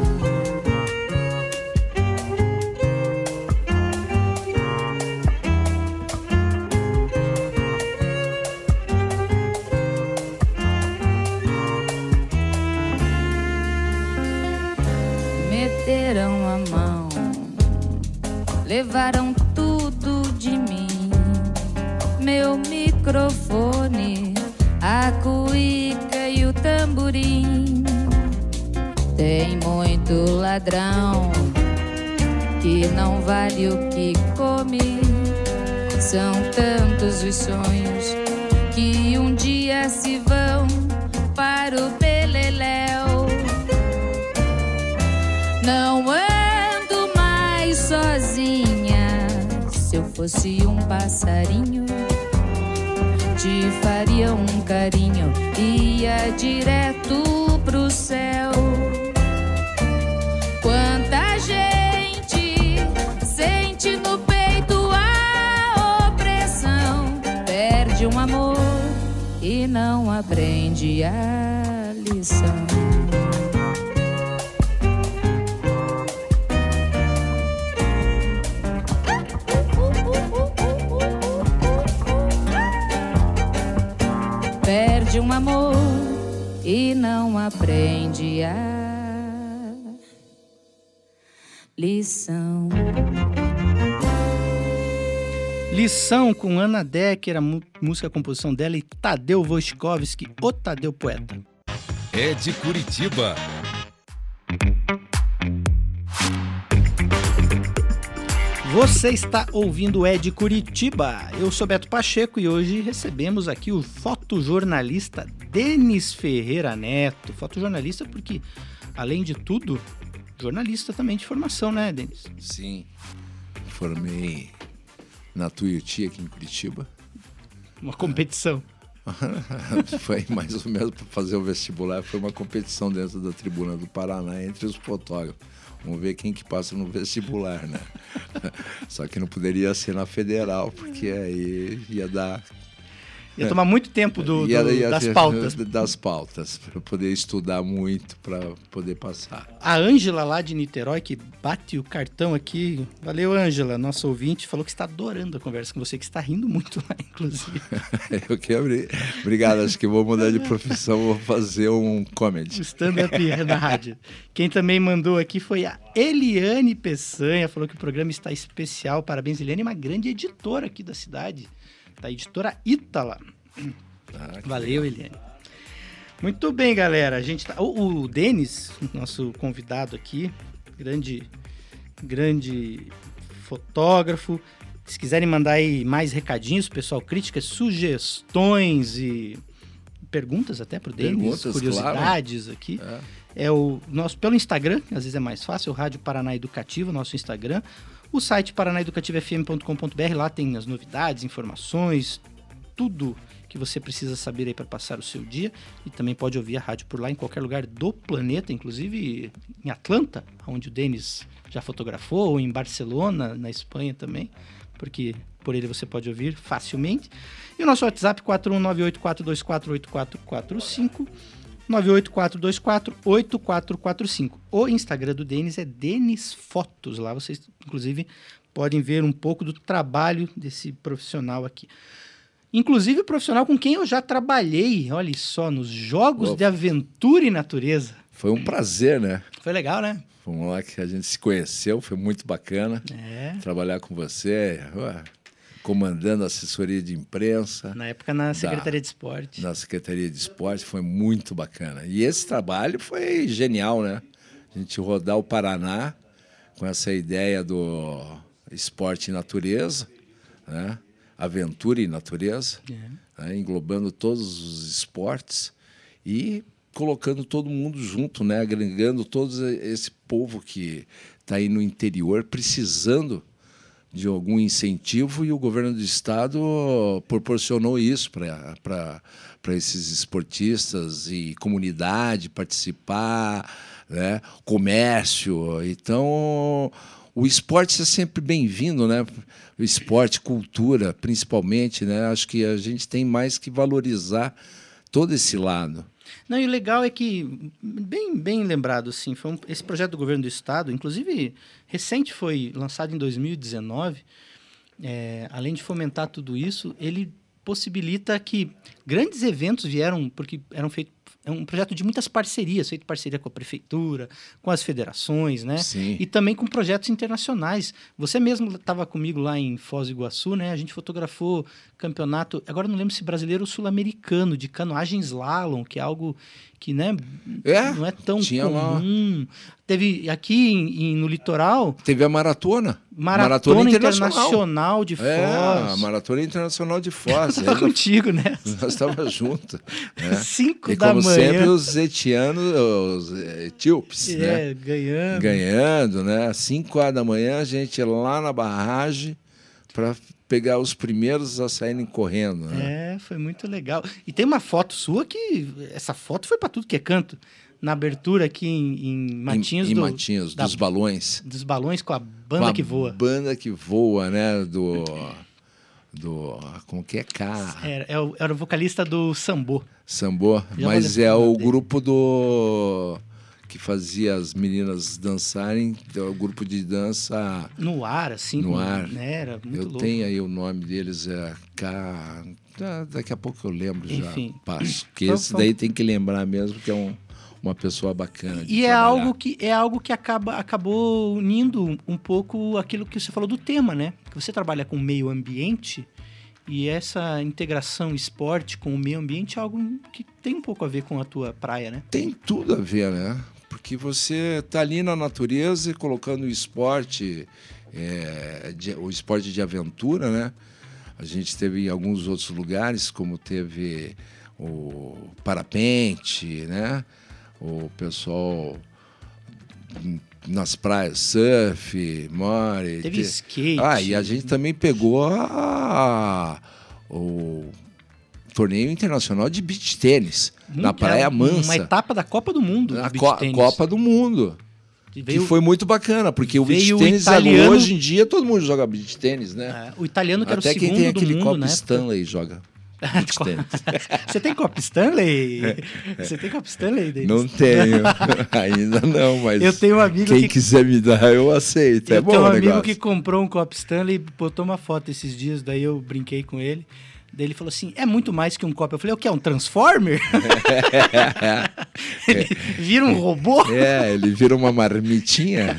[SPEAKER 6] Meteram a mão, levaram tudo de mim, meu microfone, a cuíca e o tamborim. Tem muito ladrão que não vale o que come. São tantos os sonhos que um dia se vão para o beleléu. Não ando mais sozinha. Se eu fosse um passarinho, te faria um carinho, ia direto pro céu. Quanta gente sente no peito a opressão, perde um amor e não aprende a lição. Perde um amor e não aprende a lição.
[SPEAKER 2] Lição com Ana Decker, a música, a composição dela, e Tadeu Wojtkowski, o Tadeu Poeta.
[SPEAKER 1] É de Curitiba.
[SPEAKER 2] Você está ouvindo É de Curitiba. Eu sou Beto Pacheco e hoje recebemos aqui o fotojornalista Denis Ferreira Neto. Fotojornalista porque, além de tudo, jornalista também de formação, né, Denis?
[SPEAKER 3] Sim, formei na Tuiuti aqui em Curitiba.
[SPEAKER 2] Uma competição.
[SPEAKER 3] Foi mais ou menos para fazer o vestibular, foi uma competição dentro da Tribuna do Paraná entre os fotógrafos. Vamos ver quem que passa no vestibular, né? Só que não poderia ser na federal, porque aí ia dar...
[SPEAKER 2] Ia tomar muito tempo das pautas.
[SPEAKER 3] Das pautas, para poder estudar muito, para poder passar.
[SPEAKER 2] A Ângela lá de Niterói, que bate o cartão aqui. Valeu, Ângela, nossa ouvinte, falou que está adorando a conversa com você, que está rindo muito lá, inclusive.
[SPEAKER 3] Eu quero obrigado, acho que vou mudar de profissão, vou fazer um comedy.
[SPEAKER 2] Stand-up na rádio. Quem também mandou aqui foi a Eliane Peçanha, falou que o programa está especial. Parabéns, Eliane, uma grande editora aqui da cidade. Da editora Ítala. Valeu, Eliane. Muito bem, galera. A gente tá... O Denis, nosso convidado aqui, grande grande fotógrafo. Se quiserem mandar aí mais recadinhos, pessoal, críticas, sugestões e perguntas até pro Denis, curiosidades, claro. Aqui. É o nosso, pelo Instagram, às vezes é mais fácil, o Rádio Paraná Educativa, nosso Instagram. O site paranaeducativofm.com.br, lá tem as novidades, informações, tudo que você precisa saber aí para passar o seu dia. E também pode ouvir a rádio por lá em qualquer lugar do planeta, inclusive em Atlanta, onde o Denis já fotografou, ou em Barcelona, na Espanha também, porque por ele você pode ouvir facilmente. E o nosso WhatsApp 41984248445, 984248445. O Instagram do Denis é Denis Fotos. Lá vocês, inclusive, podem ver um pouco do trabalho desse profissional aqui. Inclusive, o profissional com quem eu já trabalhei, olha só, nos Jogos de Aventura e Natureza.
[SPEAKER 3] Foi um prazer, né?
[SPEAKER 2] Foi legal, né?
[SPEAKER 3] Vamos lá que a gente se conheceu, foi muito bacana. Trabalhar com você, comandando a assessoria de imprensa.
[SPEAKER 2] Na época na Secretaria de Esporte.
[SPEAKER 3] Na Secretaria de Esporte, foi muito bacana. E esse trabalho foi genial, né? A gente rodar o Paraná com essa ideia do esporte e natureza, né? Aventura e natureza, né? Englobando todos os esportes e colocando todo mundo junto, né? Agregando todo esse povo que está aí no interior precisando de algum incentivo, e o governo do estado proporcionou isso para esses esportistas e comunidade participar, né? Comércio. Então, o esporte é sempre bem-vindo, né? O esporte, cultura, principalmente, né? Acho que a gente tem mais que valorizar todo esse lado.
[SPEAKER 2] Não, e o legal é que, bem lembrado, assim, foi esse projeto do governo do estado, inclusive recente, foi lançado em 2019, além de fomentar tudo isso, ele possibilita que grandes eventos vieram, porque eram feitos, é um projeto de muitas parcerias, feito parceria com a prefeitura, com as federações, né?
[SPEAKER 3] Sim.
[SPEAKER 2] E também com projetos internacionais. Você mesmo estava comigo lá em Foz do Iguaçu, né? A gente fotografou campeonato, agora não lembro se brasileiro ou sul-americano, de canoagem slalom, que é algo que, né, não é tão comum. Lá. Teve aqui no litoral...
[SPEAKER 3] Teve a Maratona
[SPEAKER 2] Internacional de Foz.
[SPEAKER 3] A Maratona Internacional de Foz.
[SPEAKER 2] Eu estava contigo, né?
[SPEAKER 3] Nós estávamos juntos.
[SPEAKER 2] 5 da manhã.
[SPEAKER 3] E como sempre, os etíopes, né? Ganhando, né? 5 horas da manhã, a gente lá na barragem para pegar os primeiros a saírem correndo. Né?
[SPEAKER 2] Foi muito legal. E tem uma foto sua que... Essa foto foi para tudo que é canto. Na abertura aqui em Matinhos.
[SPEAKER 3] Em Matinhos, dos balões.
[SPEAKER 2] Dos balões com a banda que voa.
[SPEAKER 3] Banda que voa, né? Como que é?
[SPEAKER 2] Era o vocalista do Sambô.
[SPEAKER 3] Sambô, mas é o grupo que fazia as meninas dançarem, o grupo de dança...
[SPEAKER 2] No ar, assim.
[SPEAKER 3] No ar.
[SPEAKER 2] Né? Era muito louco.
[SPEAKER 3] Eu tenho aí o nome deles, daqui a pouco eu lembro. Enfim. Já passo. Porque esse daí tem que lembrar mesmo, que é uma pessoa bacana de trabalhar.
[SPEAKER 2] É algo que acabou unindo um pouco aquilo que você falou do tema, né? Que você trabalha com o meio ambiente, e essa integração esporte com o meio ambiente é algo que tem um pouco a ver com a tua praia, né?
[SPEAKER 3] Tem tudo a ver, né? Porque você está ali na natureza e colocando o esporte de aventura, né? A gente teve em alguns outros lugares, como teve o parapente, né? O pessoal nas praias, surf, more.
[SPEAKER 2] Teve skate.
[SPEAKER 3] E a gente também pegou o torneio internacional de beach tênis na Praia Mansa.
[SPEAKER 2] Uma etapa da Copa do Mundo.
[SPEAKER 3] A Copa do Mundo. Que foi muito bacana, porque o beach tênis hoje em dia todo mundo joga beach tênis, né?
[SPEAKER 2] O italiano que era o segundo do mundo,
[SPEAKER 3] né? Até quem tem aquele copo Stanley joga.
[SPEAKER 2] Você tem copo Stanley? Você tem copo Stanley, Denis?
[SPEAKER 3] Não tenho, ainda não, mas
[SPEAKER 2] eu tenho um amigo
[SPEAKER 3] quem quiser me dar, eu aceito.
[SPEAKER 2] Eu tenho um amigo que comprou um copo Stanley e botou uma foto esses dias, daí eu brinquei com ele. Daí ele falou assim, é muito mais que um copo. Eu falei, o que é, um Transformer? Ele vira um robô?
[SPEAKER 3] Ele vira uma marmitinha.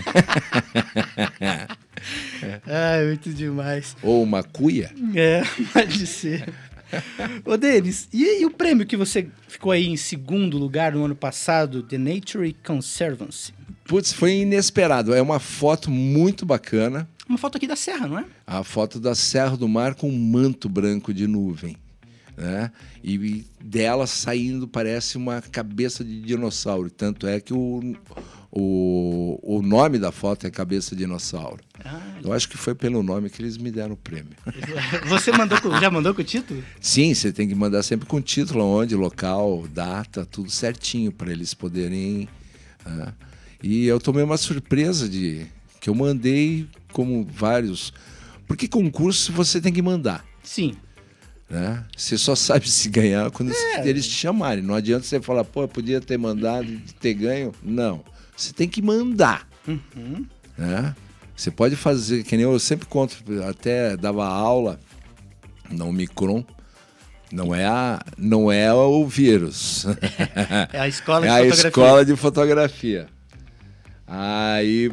[SPEAKER 2] Muito demais.
[SPEAKER 3] Ou uma cuia.
[SPEAKER 2] Pode ser. Ô, Denis, e o prêmio que você ficou aí em segundo lugar no ano passado, The Nature Conservancy?
[SPEAKER 3] Putz, foi inesperado. É uma foto muito bacana.
[SPEAKER 2] Uma foto aqui da Serra, não é?
[SPEAKER 3] A foto da Serra do Mar com um manto branco de nuvem, né? E dela saindo parece uma cabeça de dinossauro. Tanto é que o nome da foto é Cabeça de Dinossauro. Eu acho que foi pelo nome que eles me deram o prêmio.
[SPEAKER 2] Você já mandou com o título?
[SPEAKER 3] Sim, você tem que mandar sempre com o título, onde, local, data, tudo certinho para eles poderem... E eu tomei uma surpresa que eu mandei como vários... Porque concurso você tem que mandar.
[SPEAKER 2] Sim.
[SPEAKER 3] Né? Você só sabe se ganhar quando eles te chamarem. Não adianta você falar, pô, eu podia ter mandado e ter ganho. Não. Você tem que mandar.
[SPEAKER 2] Uhum.
[SPEAKER 3] Né? Você pode fazer, que nem eu sempre conto, até dava aula na Omicron. Não é o vírus.
[SPEAKER 2] É a escola de
[SPEAKER 3] fotografia. É a escola de fotografia. Aí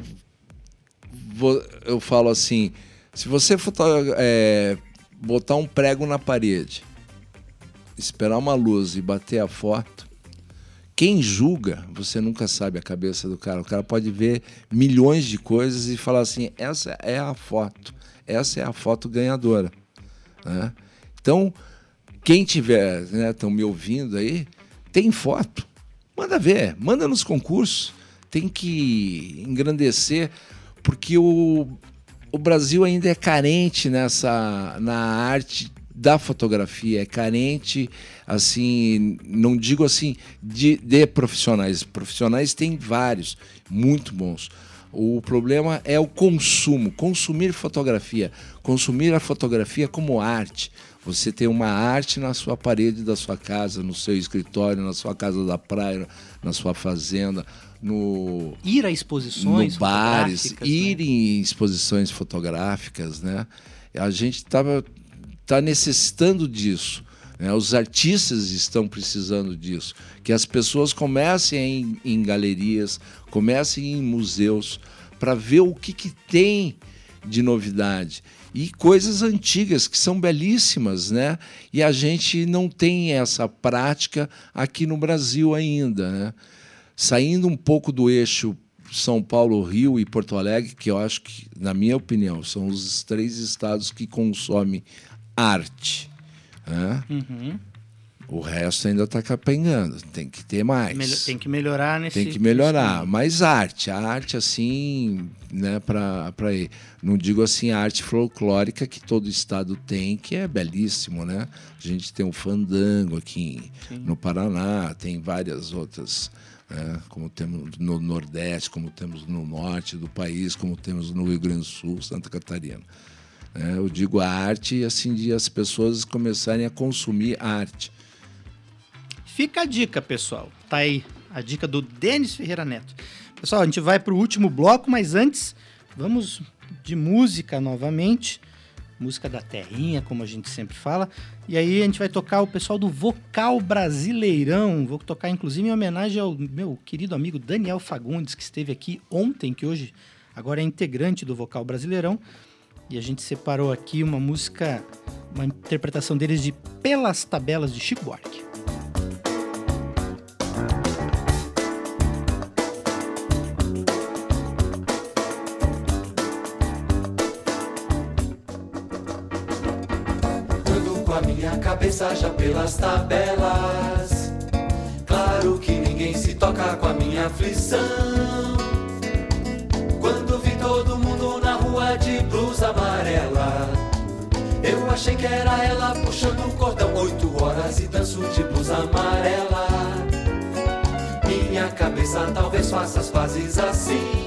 [SPEAKER 3] eu falo assim, se você botar um prego na parede, esperar uma luz e bater a foto, quem julga, você nunca sabe a cabeça do cara. O cara pode ver milhões de coisas e falar assim, essa é a foto ganhadora. Né? Então, quem tiver, estão me ouvindo aí, tem foto, manda ver, manda nos concursos. Tem que engrandecer, porque o Brasil ainda é carente na arte da fotografia, é carente, assim, não digo assim, de profissionais. Profissionais tem vários, muito bons. O problema é o consumo, consumir fotografia, consumir a fotografia como arte. Você tem uma arte na sua parede da sua casa, no seu escritório, na sua casa da praia, na sua fazenda,
[SPEAKER 2] ir a exposições
[SPEAKER 3] no bares, ir
[SPEAKER 2] né?
[SPEAKER 3] em exposições fotográficas, né? A gente tá necessitando disso, né? Os artistas estão precisando disso, que as pessoas comecem em galerias, comecem em museus para ver o que tem de novidade e coisas antigas que são belíssimas, né? E a gente não tem essa prática aqui no Brasil ainda, né? Saindo um pouco do eixo São Paulo, Rio e Porto Alegre, que eu acho que, na minha opinião, são os 3 estados que consomem arte. Né?
[SPEAKER 2] Uhum.
[SPEAKER 3] O resto ainda está capengando, tem que ter mais.
[SPEAKER 2] Tem que melhorar nesse...
[SPEAKER 3] Tem que melhorar, mas a arte assim, né, para ir. Não digo assim a arte folclórica que todo estado tem, que é belíssimo, né? A gente tem o fandango aqui no Paraná, tem várias outras... como temos no Nordeste, como temos no Norte do país, como temos no Rio Grande do Sul, Santa Catarina. Eu digo a arte assim, de as pessoas começarem a consumir arte.
[SPEAKER 2] Fica a dica, pessoal. Tá aí a dica do Denis Ferreira Neto. Pessoal, a gente vai para o último bloco, mas antes vamos de música novamente. Música da terrinha, como a gente sempre fala. E aí a gente vai tocar o pessoal do Vocal Brasileirão. Vou tocar, inclusive, em homenagem ao meu querido amigo Daniel Fagundes, que esteve aqui ontem, que hoje agora é integrante do Vocal Brasileirão. E a gente separou aqui uma música, uma interpretação deles de Pelas Tabelas de Chico Buarque.
[SPEAKER 7] Minha cabeça já pelas tabelas. Claro que ninguém se toca com a minha aflição. Quando vi todo mundo na rua de blusa amarela, eu achei que era ela puxando o cordão. 8 horas e danço de blusa amarela. Minha cabeça talvez faça as pazes assim.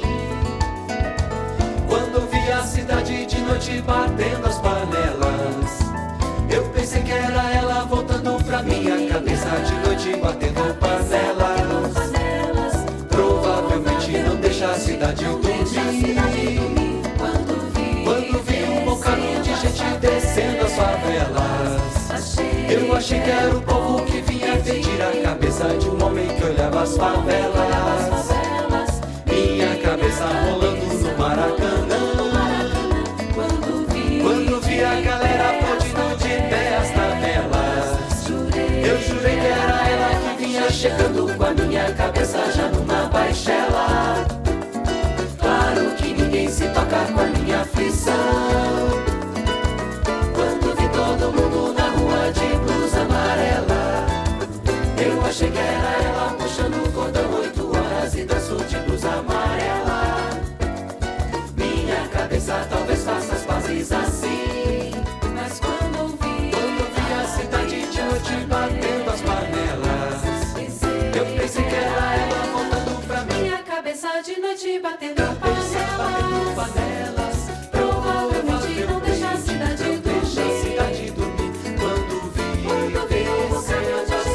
[SPEAKER 7] Quando vi a cidade de noite batendo as panelas, eu pensei que era ela voltando pra minha cabeça de noite batendo panelas. Provavelmente não deixa a cidade dormir. Quando vi um bocado de gente descendo as favelas, eu achei que era o povo que vinha pedir a cabeça de um homem que olhava as favelas. Minha cabeça rolando no Maracanã. Quando vi a galera aplaudindo de pé as tabelas, eu jurei que era ela que vinha chegando com a minha cabeça já numa baixela. tocar com a minha aflição. Quando vi todo mundo na rua de blusa amarela, eu achei que era ela puxando o cordão 8 horas e danço de blusa amarela. Minha cabeça talvez faça as pazes assim, mas quando vi a cidade de noite batendo as panelas, eu pensei que era ela voltando pra mim.
[SPEAKER 6] Minha cabeça de noite batendo
[SPEAKER 7] Batendo panelas,
[SPEAKER 6] provavelmente não deixa a cidade
[SPEAKER 7] dormir. Quando vi o sonho de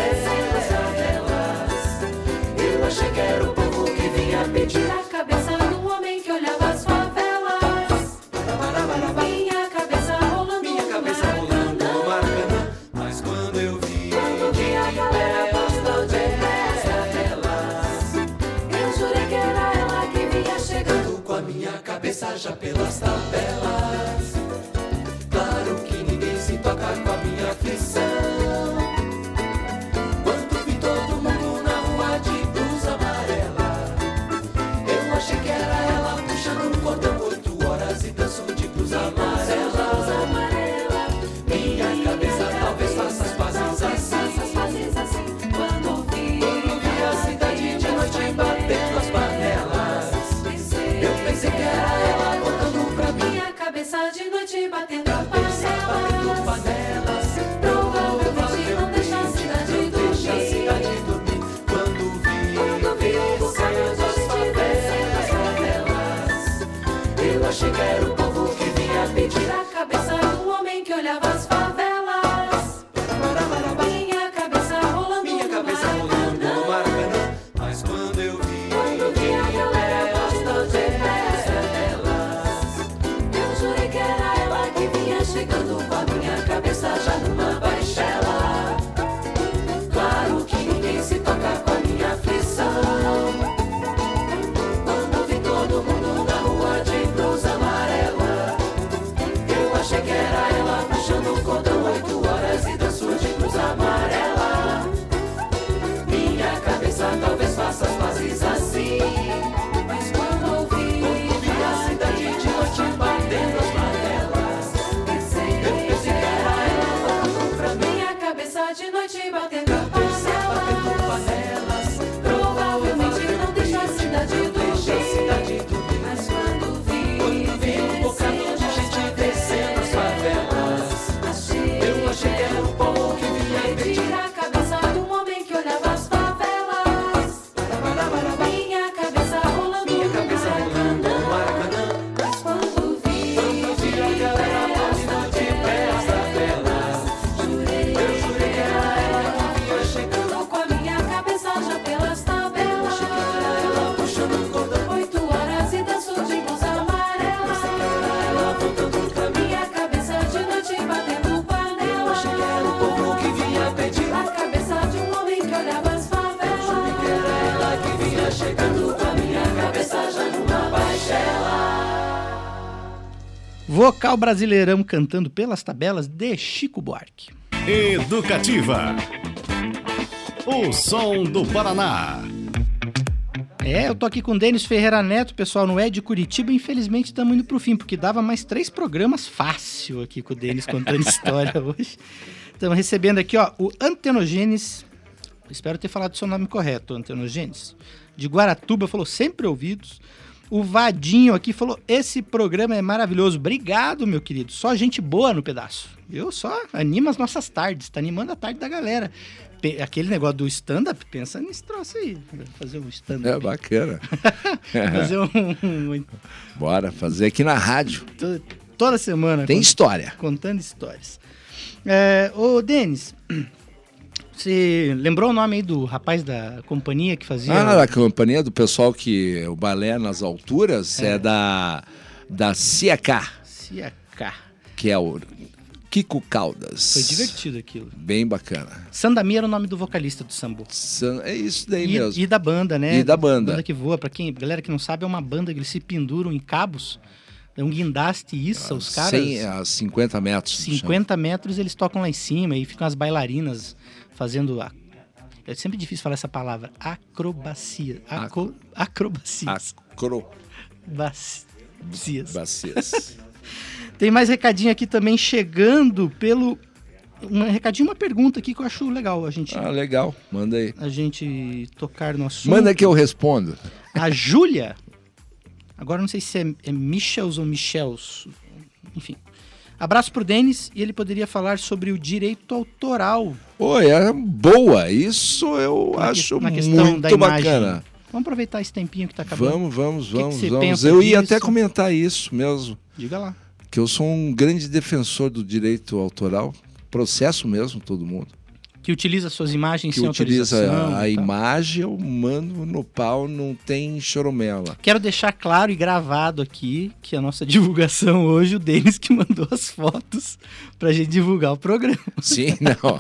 [SPEAKER 7] favelas, eu achei que era o povo que vinha pedir
[SPEAKER 6] a cabeça do homem que olhava as favelas. Minha cabeça rolando
[SPEAKER 7] no Maracanã. Mas quando eu vi
[SPEAKER 6] a galera passando de elas, eu jurei que era ela que vinha chegando
[SPEAKER 7] com a minha cabeça já pelas tabelas, claro que ninguém se toca com a minha aflição. Quando vi todo mundo na rua de blusa amarela, eu achei que era ela puxando um cordão 8 horas e danço de blusa amarela. Minha cabeça talvez faça as pazes assim.
[SPEAKER 6] Quando vi
[SPEAKER 7] a cidade de noite batendo as panelas, eu pensei que era ela voltando pra mim.
[SPEAKER 6] minha cabeça de noite batendo
[SPEAKER 7] Batendo panelas,
[SPEAKER 6] provavelmente não deixa a cidade
[SPEAKER 7] dormir. Quando vi o sonho das favelas, eu achei que era o povo que vinha pedir
[SPEAKER 6] a cabeça do homem que olhava as favelas. Minha cabeça rolando
[SPEAKER 7] no Maracanã. Mas quando eu vi
[SPEAKER 6] a galera passando de elas, eu jurei que era ela que vinha chegando com a minha cabeça já numa baixela.
[SPEAKER 7] claro que ninguém se toca com a minha aflição. Quando vi todo mundo na rua de blusa amarela, eu achei que era ela puxando o cordão 8 horas e danço de blusa amarela. Minha cabeça talvez faça as pazes assim,
[SPEAKER 6] Mas quando
[SPEAKER 7] vi a cidade de noite batendo as panelas, eu pensei que era ela voltando pra mim.
[SPEAKER 6] minha cabeça de noite batendo
[SPEAKER 7] Batendo panelas,
[SPEAKER 6] provavelmente não deixa a cidade dormir. Mas quando vi
[SPEAKER 7] um bocado de gente descendo as favelas, eu achei que era o povo que vinha pedir
[SPEAKER 6] a cabeça do homem que olhava as favelas. Minha cabeça rolando
[SPEAKER 7] no Maracanã.
[SPEAKER 6] Mas quando vi
[SPEAKER 7] a galera batendo de pé as tabelas, eu jurei que era ela que vinha chegando
[SPEAKER 6] com a minha cabeça já pelas tabelas.
[SPEAKER 7] ela puxando o cordão
[SPEAKER 6] 8 horas e danço de blusa amarela.
[SPEAKER 7] ela voltando pra mim.
[SPEAKER 6] Minha cabeça de noite batendo panela.
[SPEAKER 7] Achei que era o povo que vinha pedir
[SPEAKER 6] A cabeça de um homem que olhava as favelas.
[SPEAKER 7] que era ela que vinha chegando com a minha cabeça já numa baixela.
[SPEAKER 2] Vocal brasileirão cantando pelas tabelas de Chico Buarque.
[SPEAKER 5] Educativa. O som do Paraná.
[SPEAKER 2] Eu tô aqui com o Denis Ferreira Neto, pessoal, no de Curitiba. Infelizmente estamos indo pro fim, porque dava mais 3 programas fácil aqui com o Denis contando história hoje. Estamos recebendo aqui, ó, o Antenogênis. Espero ter falado o seu nome correto, Antenogênis. De Guaratuba, falou sempre ouvidos. O Vadinho aqui falou, esse programa é maravilhoso. Obrigado, meu querido. Só gente boa no pedaço. Eu só animo as nossas tardes. Tá animando a tarde da galera. Aquele negócio do stand-up, pensa nesse troço aí. Fazer um stand-up.
[SPEAKER 3] É bacana.
[SPEAKER 2] Fazer um...
[SPEAKER 3] Bora fazer aqui na rádio.
[SPEAKER 2] Toda semana.
[SPEAKER 3] Tem história.
[SPEAKER 2] Contando histórias. Ô, Denis, você lembrou o nome aí do rapaz da companhia que fazia...
[SPEAKER 3] Da companhia do pessoal que... O balé nas alturas é da CIAK.
[SPEAKER 2] CIAK.
[SPEAKER 3] Que é o Kiko Caldas.
[SPEAKER 2] Foi divertido aquilo.
[SPEAKER 3] Bem bacana.
[SPEAKER 2] Sandami era o nome do vocalista do Sambo.
[SPEAKER 3] É isso daí mesmo.
[SPEAKER 2] E da banda, né?
[SPEAKER 3] E da banda.
[SPEAKER 2] Banda que voa. Pra galera que não sabe, é uma banda que eles se penduram em cabos. É um guindaste isso, os caras...
[SPEAKER 3] A 50 metros.
[SPEAKER 2] 50 metros eles tocam lá em cima e ficam as bailarinas fazendo... É sempre difícil falar essa palavra. Acrobacia. Acrobacia.
[SPEAKER 3] Bacias.
[SPEAKER 2] Tem mais recadinho aqui também chegando pelo... uma pergunta aqui que eu acho legal a gente...
[SPEAKER 3] Legal. Manda aí.
[SPEAKER 2] A gente tocar no assunto.
[SPEAKER 3] Manda que eu respondo.
[SPEAKER 2] A Júlia, agora não sei se é Michels ou Michels, enfim. Abraço pro Denis, e ele poderia falar sobre o direito autoral.
[SPEAKER 3] É boa. Isso eu acho muito bacana.
[SPEAKER 2] Vamos aproveitar esse tempinho que tá acabando.
[SPEAKER 3] Vamos.
[SPEAKER 2] Eu
[SPEAKER 3] ia até comentar isso mesmo.
[SPEAKER 2] Diga lá.
[SPEAKER 3] Que eu sou um grande defensor do direito autoral. Processo mesmo, todo mundo.
[SPEAKER 2] Que utiliza suas imagens
[SPEAKER 3] que
[SPEAKER 2] sem autorização.
[SPEAKER 3] Que utiliza a imagem, eu mando no pau, não tem choromela.
[SPEAKER 2] Quero deixar claro e gravado aqui que a nossa divulgação hoje, o Denis que mandou as fotos pra gente divulgar o programa.
[SPEAKER 3] Sim, não.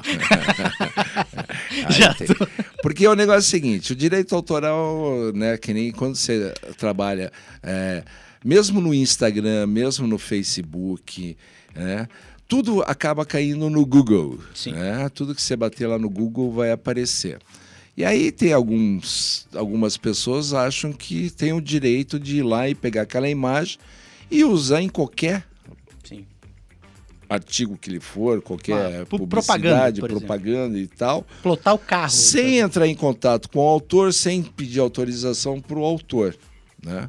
[SPEAKER 3] Porque o negócio é o seguinte, o direito autoral, né, que nem quando você trabalha, mesmo no Instagram, mesmo no Facebook, né, tudo acaba caindo no Google. Né? Tudo que você bater lá no Google vai aparecer. E aí tem algumas pessoas acham que tem o direito de ir lá e pegar aquela imagem e usar em qualquer artigo que lhe for, qualquer publicidade, propaganda e tal.
[SPEAKER 2] Plotar o carro.
[SPEAKER 3] Sem entrar em contato com o autor, sem pedir autorização para o autor. Né?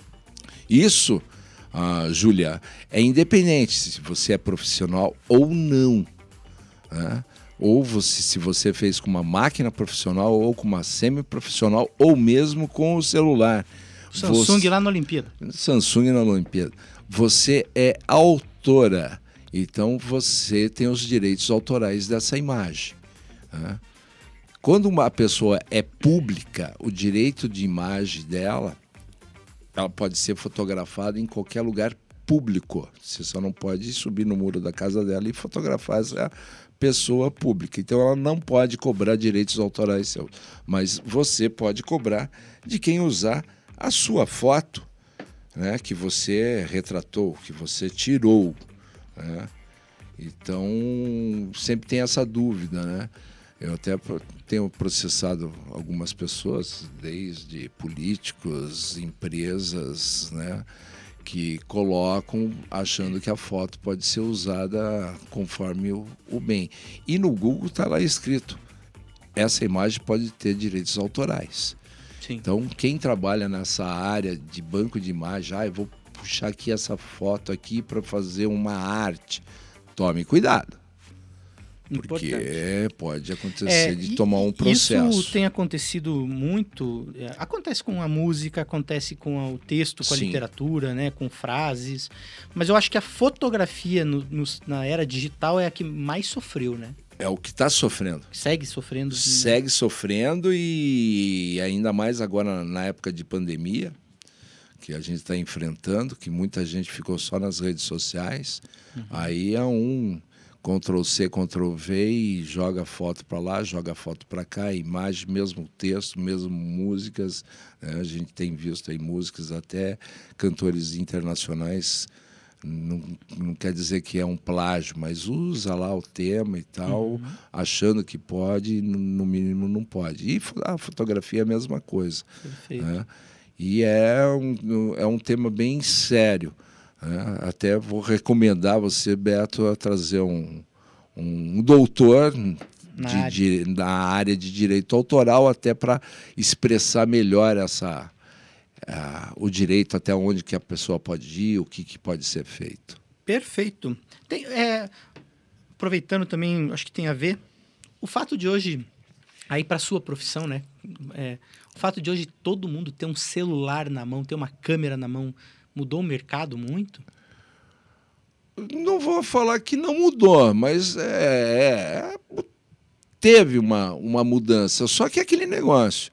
[SPEAKER 3] Isso... Júlia, é independente se você é profissional ou não. Né? Ou se você fez com uma máquina profissional, ou com uma semi-profissional, ou mesmo com o celular.
[SPEAKER 2] Samsung lá na Olimpíada.
[SPEAKER 3] Samsung na Olimpíada. Você é autora, então você tem os direitos autorais dessa imagem. Né? Quando uma pessoa é pública, o direito de imagem dela, ela pode ser fotografada em qualquer lugar público. Você só não pode subir no muro da casa dela e fotografar essa pessoa pública. Então ela não pode cobrar direitos autorais seus. Mas você pode cobrar de quem usar a sua foto, né, que você retratou, que você tirou. Né? Então sempre tem essa dúvida, né? Eu até tenho processado algumas pessoas, desde políticos, empresas, né, que colocam achando que a foto pode ser usada conforme o bem. E no Google está lá escrito, essa imagem pode ter direitos autorais.
[SPEAKER 2] Sim.
[SPEAKER 3] Então, quem trabalha nessa área de banco de imagem, eu vou puxar aqui essa foto aqui para fazer uma arte. Tome cuidado. Porque pode acontecer de tomar um processo.
[SPEAKER 2] Isso tem acontecido muito. Acontece com a música, acontece com o texto, com a literatura, né, com frases. Mas eu acho que a fotografia na era digital é a que mais sofreu, né?
[SPEAKER 3] É o que está sofrendo.
[SPEAKER 2] Segue sofrendo.
[SPEAKER 3] Segue sofrendo e ainda mais agora na época de pandemia, que a gente está enfrentando, que muita gente ficou só nas redes sociais. Aí é Ctrl+C, Ctrl+V e joga foto para lá, joga foto para cá, imagem, mesmo texto, mesmo músicas. Né? A gente tem visto aí músicas até cantores internacionais, não quer dizer que é um plágio, mas usa lá o tema e tal, achando que pode, no mínimo não pode. E a fotografia é a mesma coisa. Né? E é um tema bem sério. Até vou recomendar você, Beto, a trazer um doutor na área de direito autoral, até para expressar melhor o direito, até onde que a pessoa pode ir, o que pode ser feito.
[SPEAKER 2] Perfeito. Aproveitando também, acho que tem a ver, o fato de hoje, aí para a sua profissão, né? O fato de hoje todo mundo ter um celular na mão, ter uma câmera na mão, mudou o mercado muito?
[SPEAKER 3] Não vou falar que não mudou, mas teve uma mudança. Só que é aquele negócio.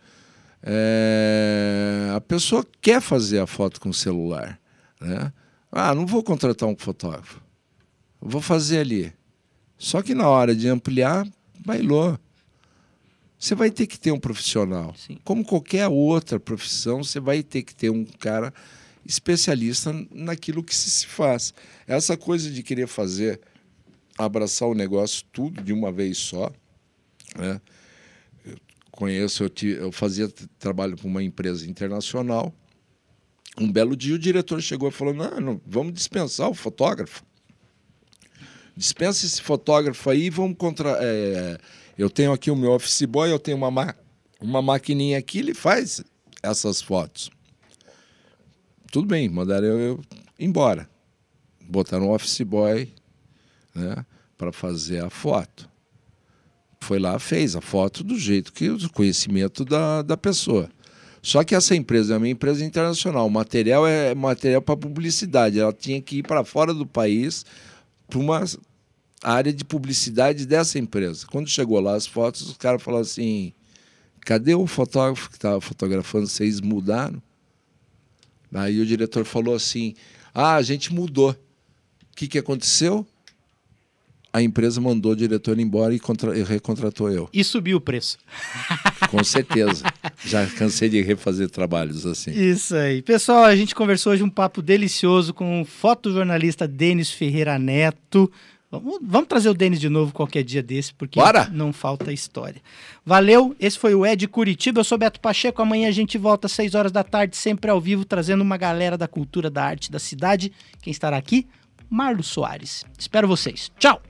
[SPEAKER 3] A pessoa quer fazer a foto com o celular. Né? Não vou contratar um fotógrafo. Vou fazer ali. Só que na hora de ampliar, bailou. Você vai ter que ter um profissional.
[SPEAKER 2] Sim.
[SPEAKER 3] Como qualquer outra profissão, você vai ter que ter um cara especialista naquilo que se faz. Essa coisa de querer abraçar o negócio tudo de uma vez só, né? Eu fazia trabalho para uma empresa internacional Um belo dia o diretor chegou e falou, não, vamos dispensar o fotógrafo. Dispensa esse fotógrafo aí, vamos eu tenho aqui o meu office boy, eu tenho uma maquininha aqui, ele faz essas fotos. Tudo bem, mandaram eu embora. Botaram um office boy, né, para fazer a foto. Foi lá, fez a foto do jeito que o conhecimento da pessoa. Só que essa empresa é uma empresa internacional. O material é material para publicidade. Ela tinha que ir para fora do país para uma área de publicidade dessa empresa. Quando chegou lá as fotos, os caras falaram assim, cadê o fotógrafo que estava fotografando? Vocês mudaram? Aí o diretor falou assim, a gente mudou. O que aconteceu? A empresa mandou o diretor embora e recontratou eu.
[SPEAKER 2] E subiu o preço.
[SPEAKER 3] Com certeza. Já cansei de refazer trabalhos assim.
[SPEAKER 2] Isso aí. Pessoal, a gente conversou hoje um papo delicioso com o fotojornalista Denis Ferreira Neto. Vamos trazer o Denis de novo qualquer dia desse, porque não falta história. Valeu, esse foi o Ed Curitiba, eu sou Beto Pacheco, amanhã a gente volta às 6 horas da tarde, sempre ao vivo, trazendo uma galera da cultura, da arte da cidade. Quem estará aqui? Marlos Soares. Espero vocês. Tchau!